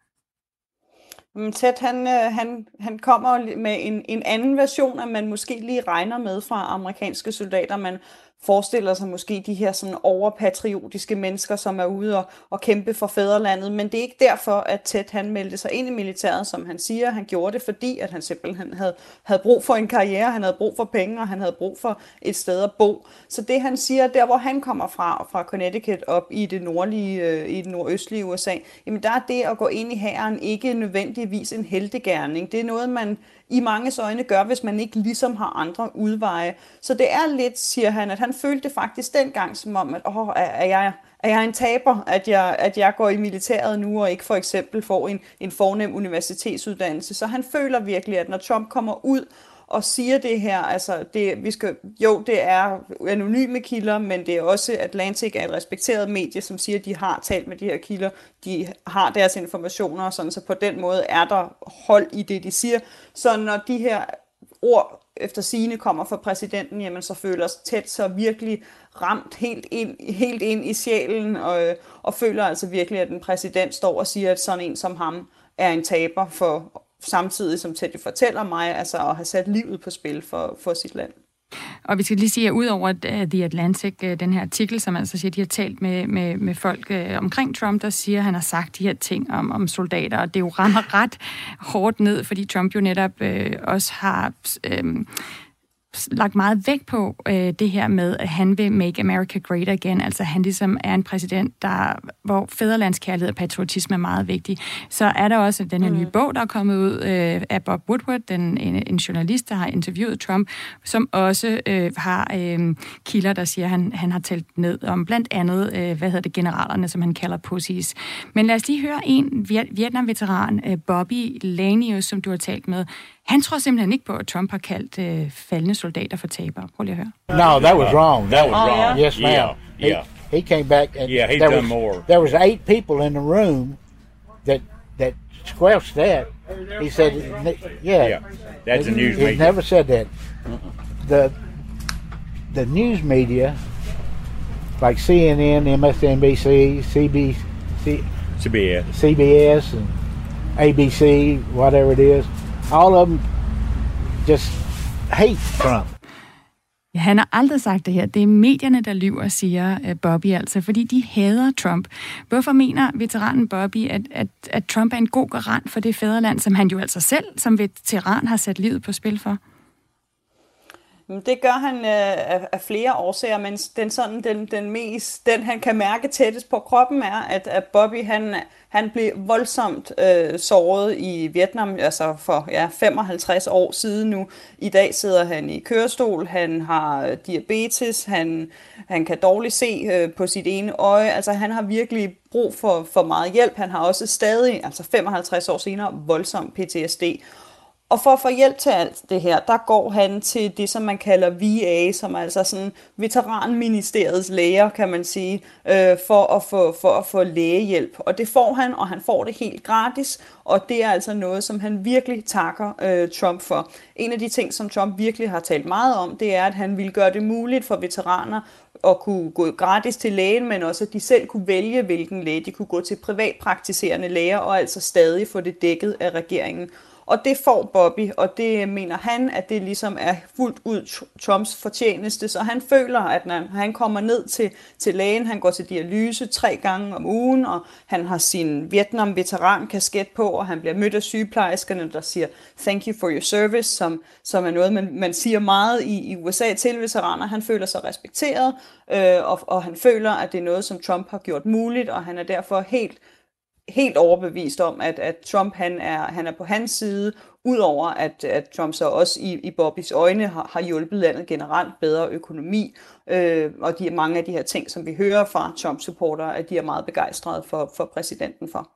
Ted, han kommer med en anden version, at man måske lige regner med fra amerikanske soldater. Man forestiller sig måske de her sådan overpatriotiske mennesker, som er ude og kæmpe for fædrelandet. Men det er ikke derfor, at Ted han meldte sig ind i militæret, som han siger. Han gjorde det, fordi at han simpelthen havde brug for en karriere, han havde brug for penge, og han havde brug for et sted at bo. Så det han siger, der hvor han kommer fra Connecticut op i det nordøstlige USA, jamen der er det at gå ind i hæren ikke nødvendigvis en heltegerning. Det er noget, man i manges øjne gør, hvis man ikke ligesom har andre udveje. Så det er lidt, siger han, at han følte det faktisk dengang som om, at er jeg en taber, at jeg går i militæret nu og ikke for eksempel får en fornem universitetsuddannelse. Så han føler virkelig, at når Trump kommer ud og siger det her, altså det er anonyme kilder, men det er også Atlantic er et respekteret medie, som siger, at de har talt med de her kilder, de har deres informationer, og sådan, så på den måde er der hold i det, de siger. Så når de her ord efter sigende kommer fra præsidenten, jamen så føler sig Ted så virkelig ramt helt ind i sjælen, og føler altså virkelig, at en præsident står og siger, at sådan en som ham er en taber for samtidig som Ted fortæller mig, altså at have sat livet på spil for sit land. Og vi skal lige sige, at udover The Atlantic, den her artikel, som altså siger, de har talt med folk omkring Trump, der siger, at han har sagt de her ting om soldater, og det jo rammer ret hårdt ned, fordi Trump jo netop også har lagt meget vægt på det her med, at han vil make America great again. Altså han ligesom er en præsident, hvor fædrelandskærlighed og patriotisme er meget vigtig. Så er der også den her nye bog, der er kommet ud af Bob Woodward, en journalist, der har interviewet Trump, som også har kilder, der siger, at han har talt ned om blandt andet, generalerne, som han kalder pussies. Men lad os lige høre en Vietnam-veteran, Bobby Lanius, som du har talt med. Han tror simpelthen ikke på, at Trump har kaldt faldne soldater for tabere. Prøv lige at høre. No, that was wrong. That was wrong. Yeah? Yes, ma'am. Yeah. He came back and he's done more. There was 8 people in the room that squelched that. He said, yeah. That's a news media. He never said that. The news media, like CNN, MSNBC, CBS, and ABC, whatever it is, all of them just hate Trump. Ja, han har aldrig sagt det her. Det er medierne, der lyver, siger Bobby altså, fordi de hader Trump. Hvorfor mener veteranen Bobby, at Trump er en god garant for det fædreland, som han jo altså selv som veteran har sat livet på spil for? Det gør han af flere årsager, men den han kan mærke tættest på kroppen er, at Bobby han blev voldsomt såret i Vietnam, altså for 55 år siden nu. I dag sidder han i kørestol, han har diabetes, han kan dårligt se på sit ene øje, altså han har virkelig brug for meget hjælp. Han har også stadig, altså 55 år senere, voldsom PTSD. Og for at få hjælp til alt det her, der går han til det, som man kalder VA, som er altså sådan veteranministeriets læger, kan man sige, for at få lægehjælp. Og det får han, og han får det helt gratis, og det er altså noget, som han virkelig takker Trump for. En af de ting, som Trump virkelig har talt meget om, det er, at han ville gøre det muligt for veteraner at kunne gå gratis til lægen, men også at de selv kunne vælge, hvilken læge. De kunne gå til privatpraktiserende læger, og altså stadig få det dækket af regeringen. Og det får Bobby, og det mener han, at det ligesom er fuldt ud Trumps fortjeneste. Så han føler, at når han kommer ned til lægen, han går til dialyse 3 gange om ugen, og han har sin Vietnam-veteran-kasket på, og han bliver mødt af sygeplejerskerne, der siger, thank you for your service, som er noget, man siger meget i USA til veteraner. Han føler sig respekteret, og han føler, at det er noget, som Trump har gjort muligt, og han er derfor helt overbevist om, at Trump han er på hans side, udover at Trump så også i Bobbys øjne har hjulpet landet generelt, bedre økonomi, og mange af de her ting, som vi hører fra Trump-supportere, at de er meget begejstrede for præsidenten for.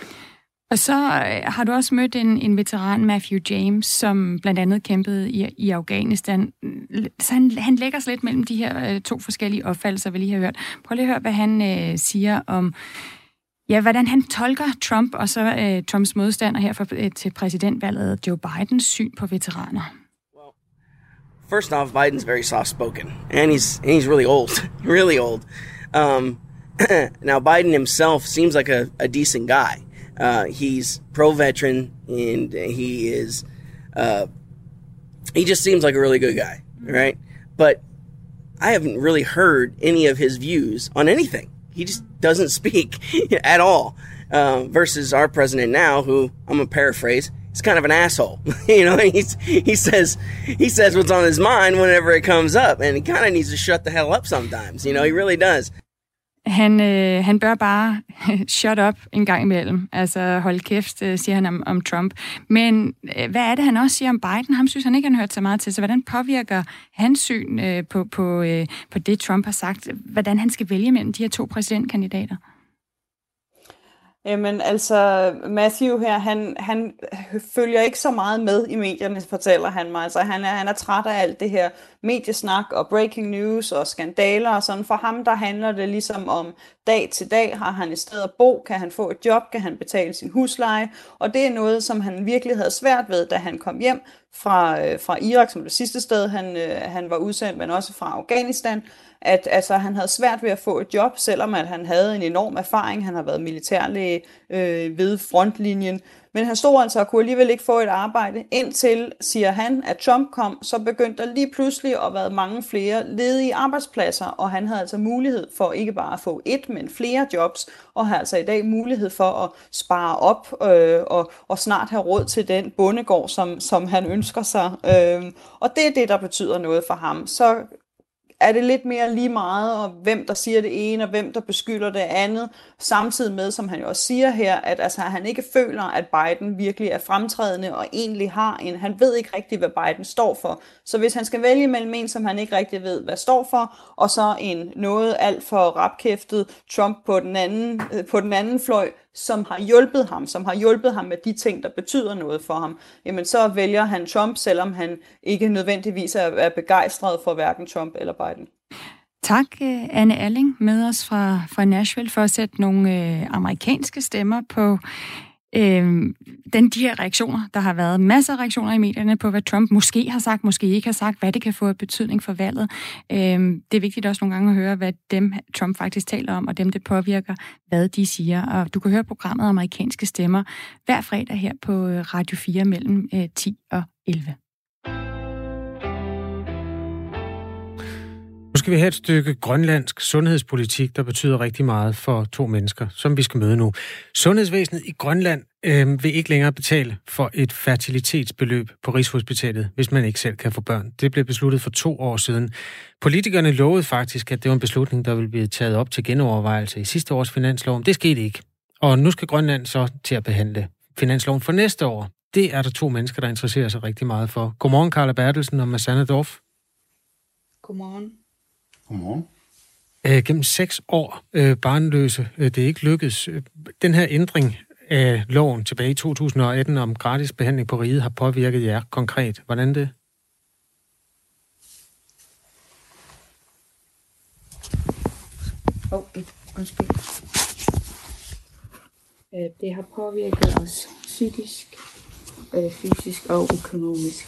Og så har du også mødt en veteran, Matthew James, som blandt andet kæmpede i Afghanistan. Så han lægger sig lidt mellem de her 2 forskellige opfattelser, vi lige har hørt. Prøv lige at høre, hvad han siger om hvordan han tolker Trump og så Trumps modstander her til præsidentvalget, Joe Bidens syn på veteraner. First off, Biden's very soft-spoken, and he's really old, really old. Now, Biden himself seems like a decent guy. He's pro-veteran, and he just seems like a really good guy, right? But I haven't really heard any of his views on anything. He just doesn't speak at all, versus our president now, who, I'm gonna paraphrase, he's kind of an asshole. He says what's on his mind whenever it comes up, and he kind of needs to shut the hell up sometimes. He really does. Han bør bare shut up en gang imellem. Altså hold kæft, siger han om Trump. Men hvad er det, han også siger om Biden? Ham synes han ikke, han har hørt så meget til. Så hvordan påvirker hans syn på det, Trump har sagt? Hvordan han skal vælge mellem de her 2 præsidentkandidater? Jamen altså, Matthew her, han følger ikke så meget med i medierne, fortæller han mig. Altså, han er træt af alt det her mediesnak og breaking news og skandaler og sådan. For ham, der handler det ligesom om dag til dag. Har han et sted at bo? Kan han få et job? Kan han betale sin husleje? Og det er noget, som han virkelig havde svært ved, da han kom hjem fra Irak, som det sidste sted, han var udsendt, men også fra Afghanistan. At altså, han havde svært ved at få et job, selvom at han havde en enorm erfaring. Han har været militærlæge ved frontlinjen. Men han stod altså og kunne alligevel ikke få et arbejde. Indtil, siger han, at Trump kom, så begyndte der lige pludselig at være mange flere ledige arbejdspladser. Og han havde altså mulighed for ikke bare at få et, men flere jobs. Og har altså i dag mulighed for at spare op og snart have råd til den bondegård, som han ønsker sig. Og det er det, der betyder noget for ham. Så er det lidt mere lige meget, og hvem der siger det ene, og hvem der beskylder det andet, samtidig med, som han jo også siger her, at altså, han ikke føler, at Biden virkelig er fremtrædende, og egentlig han ved ikke rigtigt, hvad Biden står for. Så hvis han skal vælge mellem en, som han ikke rigtig ved, hvad står for, og så en noget alt for rapkæftet Trump på den anden fløj, som har hjulpet ham med de ting, der betyder noget for ham, jamen så vælger han Trump, selvom han ikke nødvendigvis er begejstret for hverken Trump eller Biden. Tak, Anne Alling, med os fra Nashville, for at sætte nogle amerikanske stemmer på de her reaktioner. Der har været masser af reaktioner i medierne på, hvad Trump måske har sagt, måske ikke har sagt, hvad det kan få af betydning for valget. Det er vigtigt også nogle gange at høre, hvad dem Trump faktisk taler om, og dem det påvirker, hvad de siger. Og du kan høre programmet Amerikanske Stemmer hver fredag her på Radio 4 mellem 10 og 11. Nu skal vi have et stykke grønlandsk sundhedspolitik, der betyder rigtig meget for 2 mennesker, som vi skal møde nu. Sundhedsvæsenet i Grønland vil ikke længere betale for et fertilitetsbeløb på Rigshospitalet, hvis man ikke selv kan få børn. Det blev besluttet for 2 år siden. Politikerne lovede faktisk, at det var en beslutning, der ville blive taget op til genovervejelse i sidste års finanslov. Det skete ikke. Og nu skal Grønland så til at behandle finansloven for næste år. Det er der 2 mennesker, der interesserer sig rigtig meget for. Godmorgen, Karla Bertelsen og Masana Dorf. Godmorgen. Godmorgen. Gennem 6 år barnløse, det er ikke lykkedes. Den her ændring af loven tilbage i 2018 om gratis behandling på riget har påvirket jer konkret. Hvordan det? Undskyld. Det har påvirket os psykisk, fysisk og økonomisk.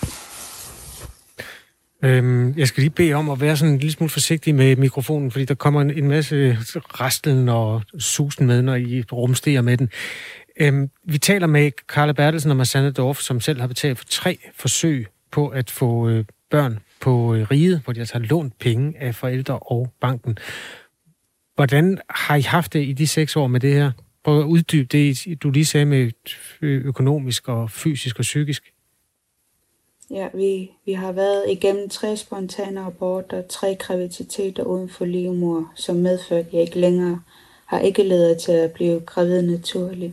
Jeg skal lige bede om at være sådan en lille smule forsigtig med mikrofonen, fordi der kommer en masse rastlen og susen med, når I rumsterer med den. Vi taler med Karla Bertelsen og Masana Dorf, som selv har betalt for 3 forsøg på at få børn på riget, hvor de altså har lånt penge af forældre og banken. Hvordan har I haft det i de 6 år med det her? Prøv at uddybe det, du lige sagde med økonomisk og fysisk og psykisk. Ja, vi har været igennem 3 spontane aborter, 3 graviditeter uden for livmor, som medførte, at jeg ikke længere har ikke ledet til at blive gravid naturligt.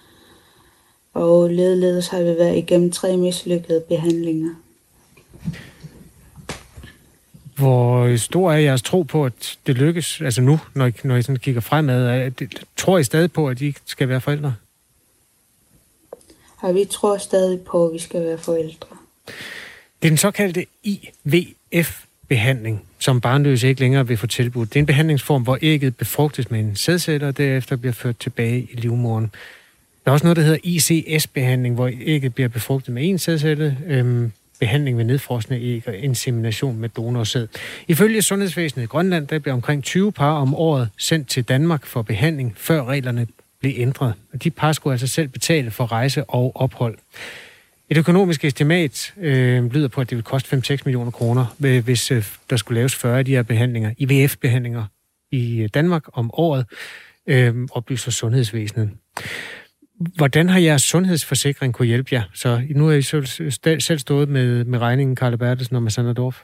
Og ledes har vi været igennem 3 mislykkede behandlinger. Hvor stor er jeres tro på, at det lykkes, altså nu, når I sådan kigger fremad? Tror I stadig på, at I skal være forældre? Og vi tror stadig på, at vi skal være forældre. Det er den såkaldte IVF-behandling, som barnløse ikke længere vil få tilbudt. Det er en behandlingsform, hvor ægget befrugtes med en sædceller, og derefter bliver ført tilbage i livmoderen. Der er også noget, der hedder ICS-behandling, hvor ægget bliver befrugtet med en sædcelle, behandling ved nedfrosne æg og insemination med donorsæd. Ifølge Sundhedsvæsenet i Grønland, der bliver omkring 20 par om året sendt til Danmark for behandling, før reglerne blev ændret. Og de par skulle altså selv betale for rejse og ophold. Et økonomisk estimat lyder på, at det vil koste 5-6 millioner kroner, hvis der skulle laves 40 af de her behandlinger, IVF-behandlinger i Danmark om året, oplyser Sundhedsvæsenet. Hvordan har jeres sundhedsforsikring kunne hjælpe jer? Så nu har I selv stået med regningen, Karla Bertelsen og Masana Dorf.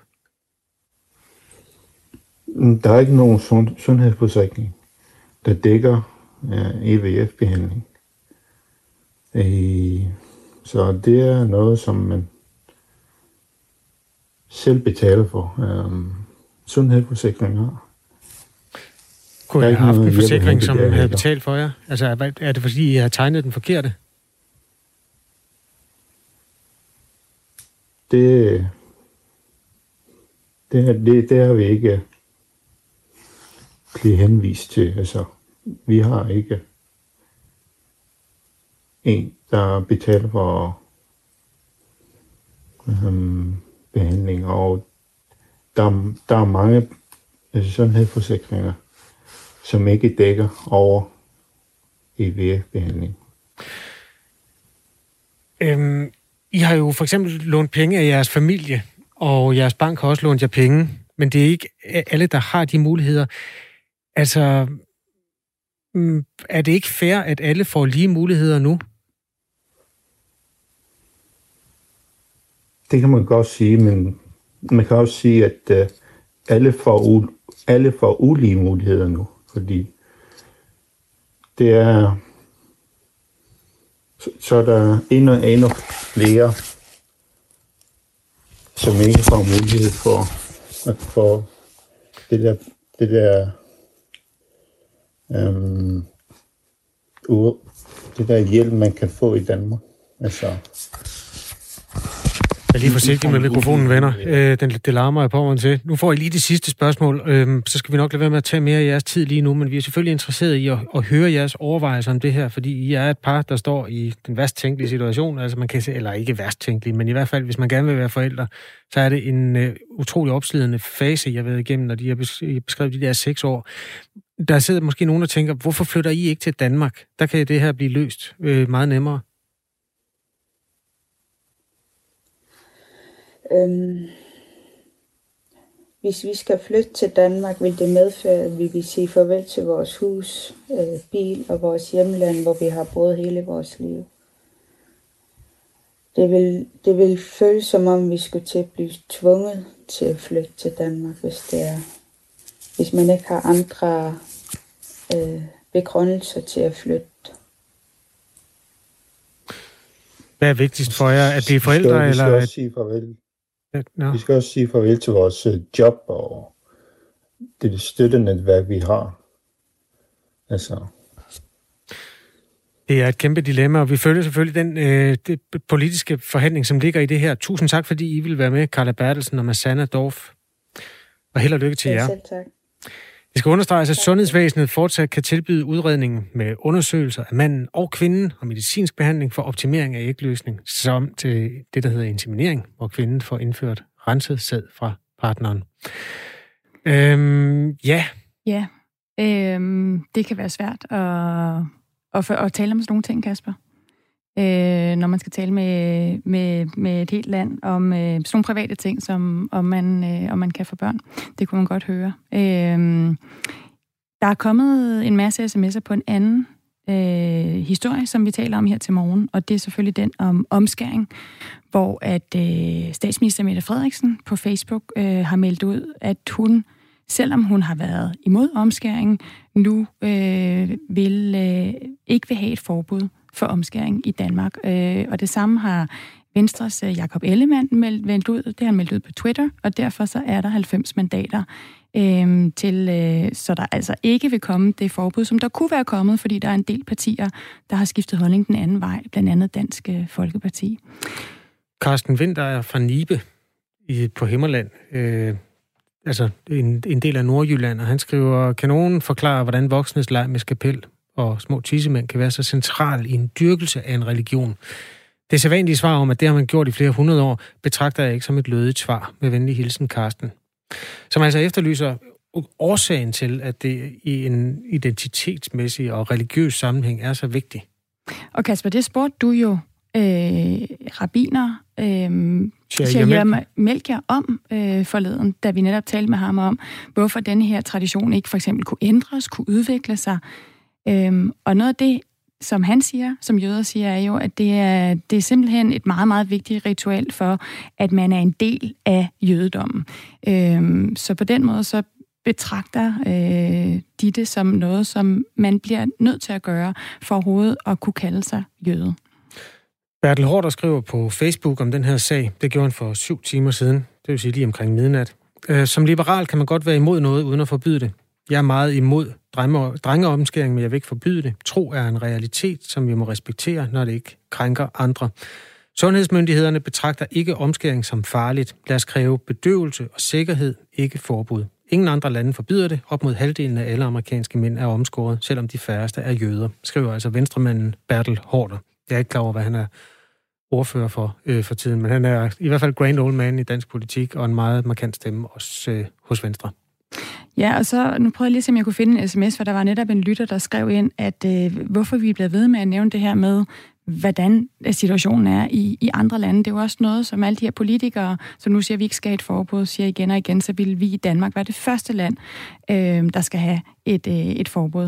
Der er ikke nogen sundhedsforsikring, der dækker IVF-behandling. Så det er noget, som man selv betaler for. Sundhedsforsikringer. Kunne I have haft en forsikring, som havde betalt for jer? Altså, er det fordi, I har tegnet den forkerte? Det har vi ikke blevet henvist til. Altså, vi har ikke en, der betaler for behandling, og der er mange sundhedsforsikringer, som ikke dækker over IVF-behandling. I har jo for eksempel lånt penge af jeres familie, og jeres bank har også lånt jer penge, men det er ikke alle, der har de muligheder. Altså, er det ikke fair, at alle får lige muligheder nu? Det kan man godt sige, men man kan også sige, at alle får ulige muligheder nu, fordi det er så er der endnu flere, som ikke får mulighed for at få det der hjælp, man kan få i Danmark. Altså, jeg er lige forsigtig med mikrofonen, venner. Det larmer jeg på mig til. Nu får I lige det sidste spørgsmål. Så skal vi nok lade være med at tage mere af jeres tid lige nu, men vi er selvfølgelig interesserede i at høre jeres overvejelser om det her, fordi I er et par, der står i den værst tænkelige situation. Altså man kan se, eller ikke værst tænkelige, men i hvert fald, hvis man gerne vil være forældre, så er det en utrolig opslidende fase, jeg har været igennem, når de har beskrevet de der 6 år. Der sidder måske nogen, der tænker, hvorfor flytter I ikke til Danmark? Der kan det her blive løst meget nemmere. Hvis vi skal flytte til Danmark, vil det medføre, at vi vil sige farvel til vores hus, bil og vores hjemland, hvor vi har boet hele vores liv. Det vil føles som om, vi skulle til at blive tvunget til at flytte til Danmark, hvis man ikke har andre begrundelser til at flytte. Hvad er vigtigst for jer? At blive forældre? Vi skal også sige farvel. No. Vi skal også sige farvel til vores job og det støttenetværk, vi har. Altså. Det er et kæmpe dilemma, og vi følger selvfølgelig den politiske forhandling, som ligger i det her. Tusind tak, fordi I vil være med, Carla Bertelsen og Masana Dorf. Og held og lykke til jer. Selv tak. Det skal understreges, at sundhedsvæsenet fortsat kan tilbyde udredningen med undersøgelser af manden og kvinden og medicinsk behandling for optimering af ægløsning, som til det, der hedder inseminering, hvor kvinden får indført renset sæd fra partneren. Ja. Ja, det kan være svært at tale om sådan nogle ting, Kasper. Når man skal tale med et helt land om sådan nogle private ting, som om man kan få børn. Det kunne man godt høre. Der er kommet en masse sms'er på en anden historie, som vi taler om her til morgen, og det er selvfølgelig den om omskæring, hvor at statsminister Mette Frederiksen på Facebook har meldt ud, at hun, selvom hun har været imod omskæring, nu ikke vil have et forbud for omskæring i Danmark. Og det samme har Venstres Jakob Ellemann meldt ud. Det har han meldt ud på Twitter, og derfor så er der 90 mandater så der altså ikke vil komme det forbud, som der kunne være kommet, fordi der er en del partier, der har skiftet holdning den anden vej, blandt andet Dansk Folkeparti. Carsten Winther er fra Nibe på Himmerland, altså en del af Nordjylland, og han skriver, kan nogen forklare, hvordan voksnes leg med skapel og små tissemænd kan være så central i en dyrkelse af en religion? Det sædvanlige svar om, at det har man gjort i flere hundrede år, betragter jeg ikke som et lødigt svar. Med venlig hilsen, Carsten. Som altså efterlyser årsagen til, at det i en identitetsmæssig og religiøs sammenhæng er så vigtigt. Og Kasper, det spurgte du jo rabbiner Shahir Melchior om forleden, da vi netop talte med ham om, hvorfor denne her tradition ikke for eksempel kunne ændres, kunne udvikle sig. Og noget af det, som han siger, som jøder siger, er jo, at det er simpelthen et meget, meget vigtigt ritual for, at man er en del af jødedommen. Så på den måde, så betragter de det som noget, som man bliver nødt til at gøre for overhovedet at kunne kalde sig jøde. Bertel Haarder skriver på Facebook om den her sag. Det gjorde han for 7 timer siden, det vil sige lige omkring midnat. Som liberal kan man godt være imod noget, uden at forbyde det. Jeg er meget imod drengeomskæring, men jeg vil ikke forbyde det. Tro er en realitet, som vi må respektere, når det ikke krænker andre. Sundhedsmyndighederne betragter ikke omskæring som farligt. Lad os kræve bedøvelse og sikkerhed, ikke forbud. Ingen andre lande forbyder det. Op mod halvdelen af alle amerikanske mænd er omskåret, selvom de færreste er jøder, skriver altså venstremanden Bertel Haarder. Jeg er ikke klar over, hvad han er ordfører for tiden, men han er i hvert fald grand old man i dansk politik, og en meget markant stemme også hos Venstre. Ja, og så nu prøvede jeg lige at se, om jeg kunne finde en sms, for der var netop en lytter, der skrev ind, at hvorfor vi er blevet ved med at nævne det her med, hvordan situationen er i andre lande. Det er jo også noget, som alle de her politikere, som nu siger, at vi ikke skal have et forbud, siger igen og igen, så vil vi i Danmark være det første land, der skal have et forbud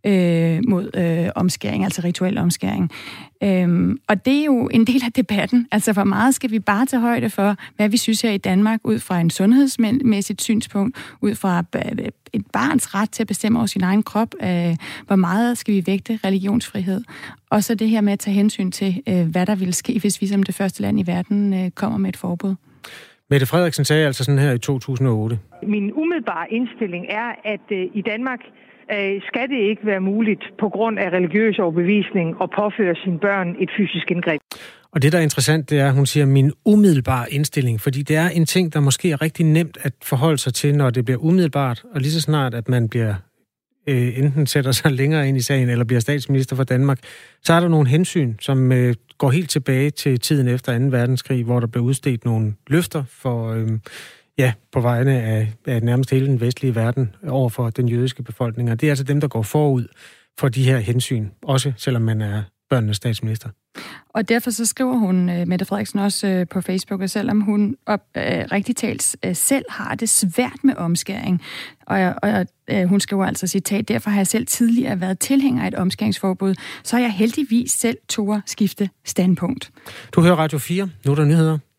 mod omskæring, altså rituel omskæring. Og det er jo en del af debatten. Altså, hvor meget skal vi bare tage højde for, hvad vi synes her i Danmark, ud fra en sundhedsmæssigt synspunkt, ud fra et barns ret til at bestemme over sin egen krop, hvor meget skal vi vægte religionsfrihed, og så det her med at tage hensyn til, hvad der ville ske, hvis vi som det første land i verden kommer med et forbud. Mette Frederiksen sagde altså sådan her i 2008. Min umiddelbare indstilling er, at i Danmark skal det ikke være muligt på grund af religiøs overbevisning at påføre sine børn et fysisk indgreb. Og det, der er interessant, det er, at hun siger min umiddelbare indstilling, fordi det er en ting, der måske er rigtig nemt at forholde sig til, når det bliver umiddelbart, og lige så snart, at man bliver enten sætter sig længere ind i sagen, eller bliver statsminister for Danmark, så er der nogle hensyn, som går helt tilbage til tiden efter 2. verdenskrig, hvor der blev udstedt nogle løfter for, på vegne af nærmest hele den vestlige verden over for den jødiske befolkning. Og det er altså dem, der går forud for de her hensyn, også selvom man er børnenes statsminister. Og derfor så skriver hun, Mette Frederiksen, også på Facebook, at selvom hun rigtig talt selv har det svært med omskæring, og hun skriver altså, citat, derfor har jeg selv tidligere været tilhænger af et omskæringsforbud, så har jeg heldigvis selv turde skifte standpunkt. Du hører Radio 4, nu er der nyheder.